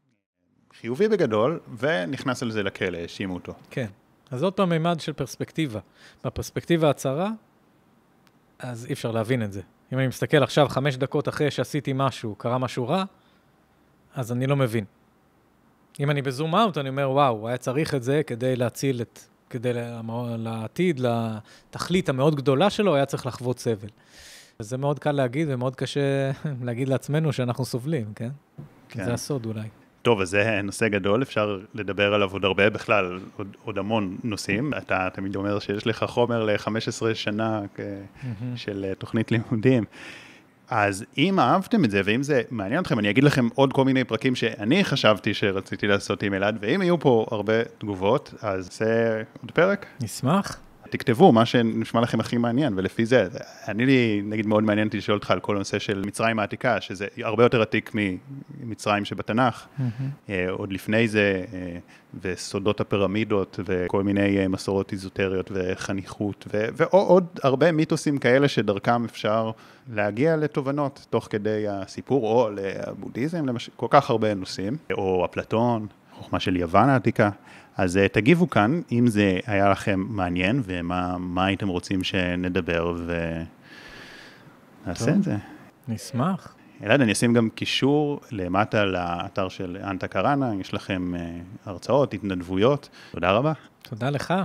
חיובי בגדול, ונכנס על זה לכלא, האשימו אותו. כן, אז עוד פעם מימד של פרספקטיבה. בפרספקטיבה הצרה, אז אי אפשר להבין את זה. אם אני מסתכל עכשיו 5 דקות אחרי שעשיתי משהו, קרה משהו רע, אז אני לא מבין. אם אני בזום אאוט, אני אומר, וואו, הוא היה צריך את זה כדי להציל כדי לעתיד, לתכלית המאוד גדולה שלו, היה צריך לחוות סבל. וזה מאוד קל להגיד, ומאוד קשה להגיד לעצמנו שאנחנו סובלים, כן? כן. זה הסוד אולי. טוב, אז זה נושא גדול, אפשר לדבר עליו עוד הרבה, בכלל עוד המון נושאים. אתה תמיד אומר שיש לך חומר ל-15 שנה של תוכנית לימודים. אז אם אהבתם את זה, ואם זה מעניין אתכם, אני אגיד לכם עוד כל מיני פרקים שאני חשבתי שרציתי לעשות עם אלעד, ואם יהיו פה הרבה תגובות, אז זה עוד פרק. נשמח. תכתבו מה שנשמע לכם הכי מעניין, ולפי זה, אני נגיד מאוד מעניין אותי לשאול אותך על כל הנושא של מצרים העתיקה, שזה הרבה יותר עתיק ממצרים שבתנ"ך, עוד לפני זה, וסודות הפירמידות, וכל מיני מסורות איזוטריות וחניכות, ועוד הרבה מיתוסים כאלה שדרכם אפשר להגיע לתובנות, תוך כדי הסיפור, או לבודהיזם, כל כך הרבה נושאים, או אפלטון, חוכמה של יוון העתיקה. אז תגיבו כאן, אם זה היה לכם מעניין, ומה הייתם רוצים שנדבר, ונעשה את זה. נשמח. אלעד, אני אשים גם קישור למטה לאתר של אנטה קראנה, יש לכם הרצאות, התנדבויות. תודה רבה. תודה לך.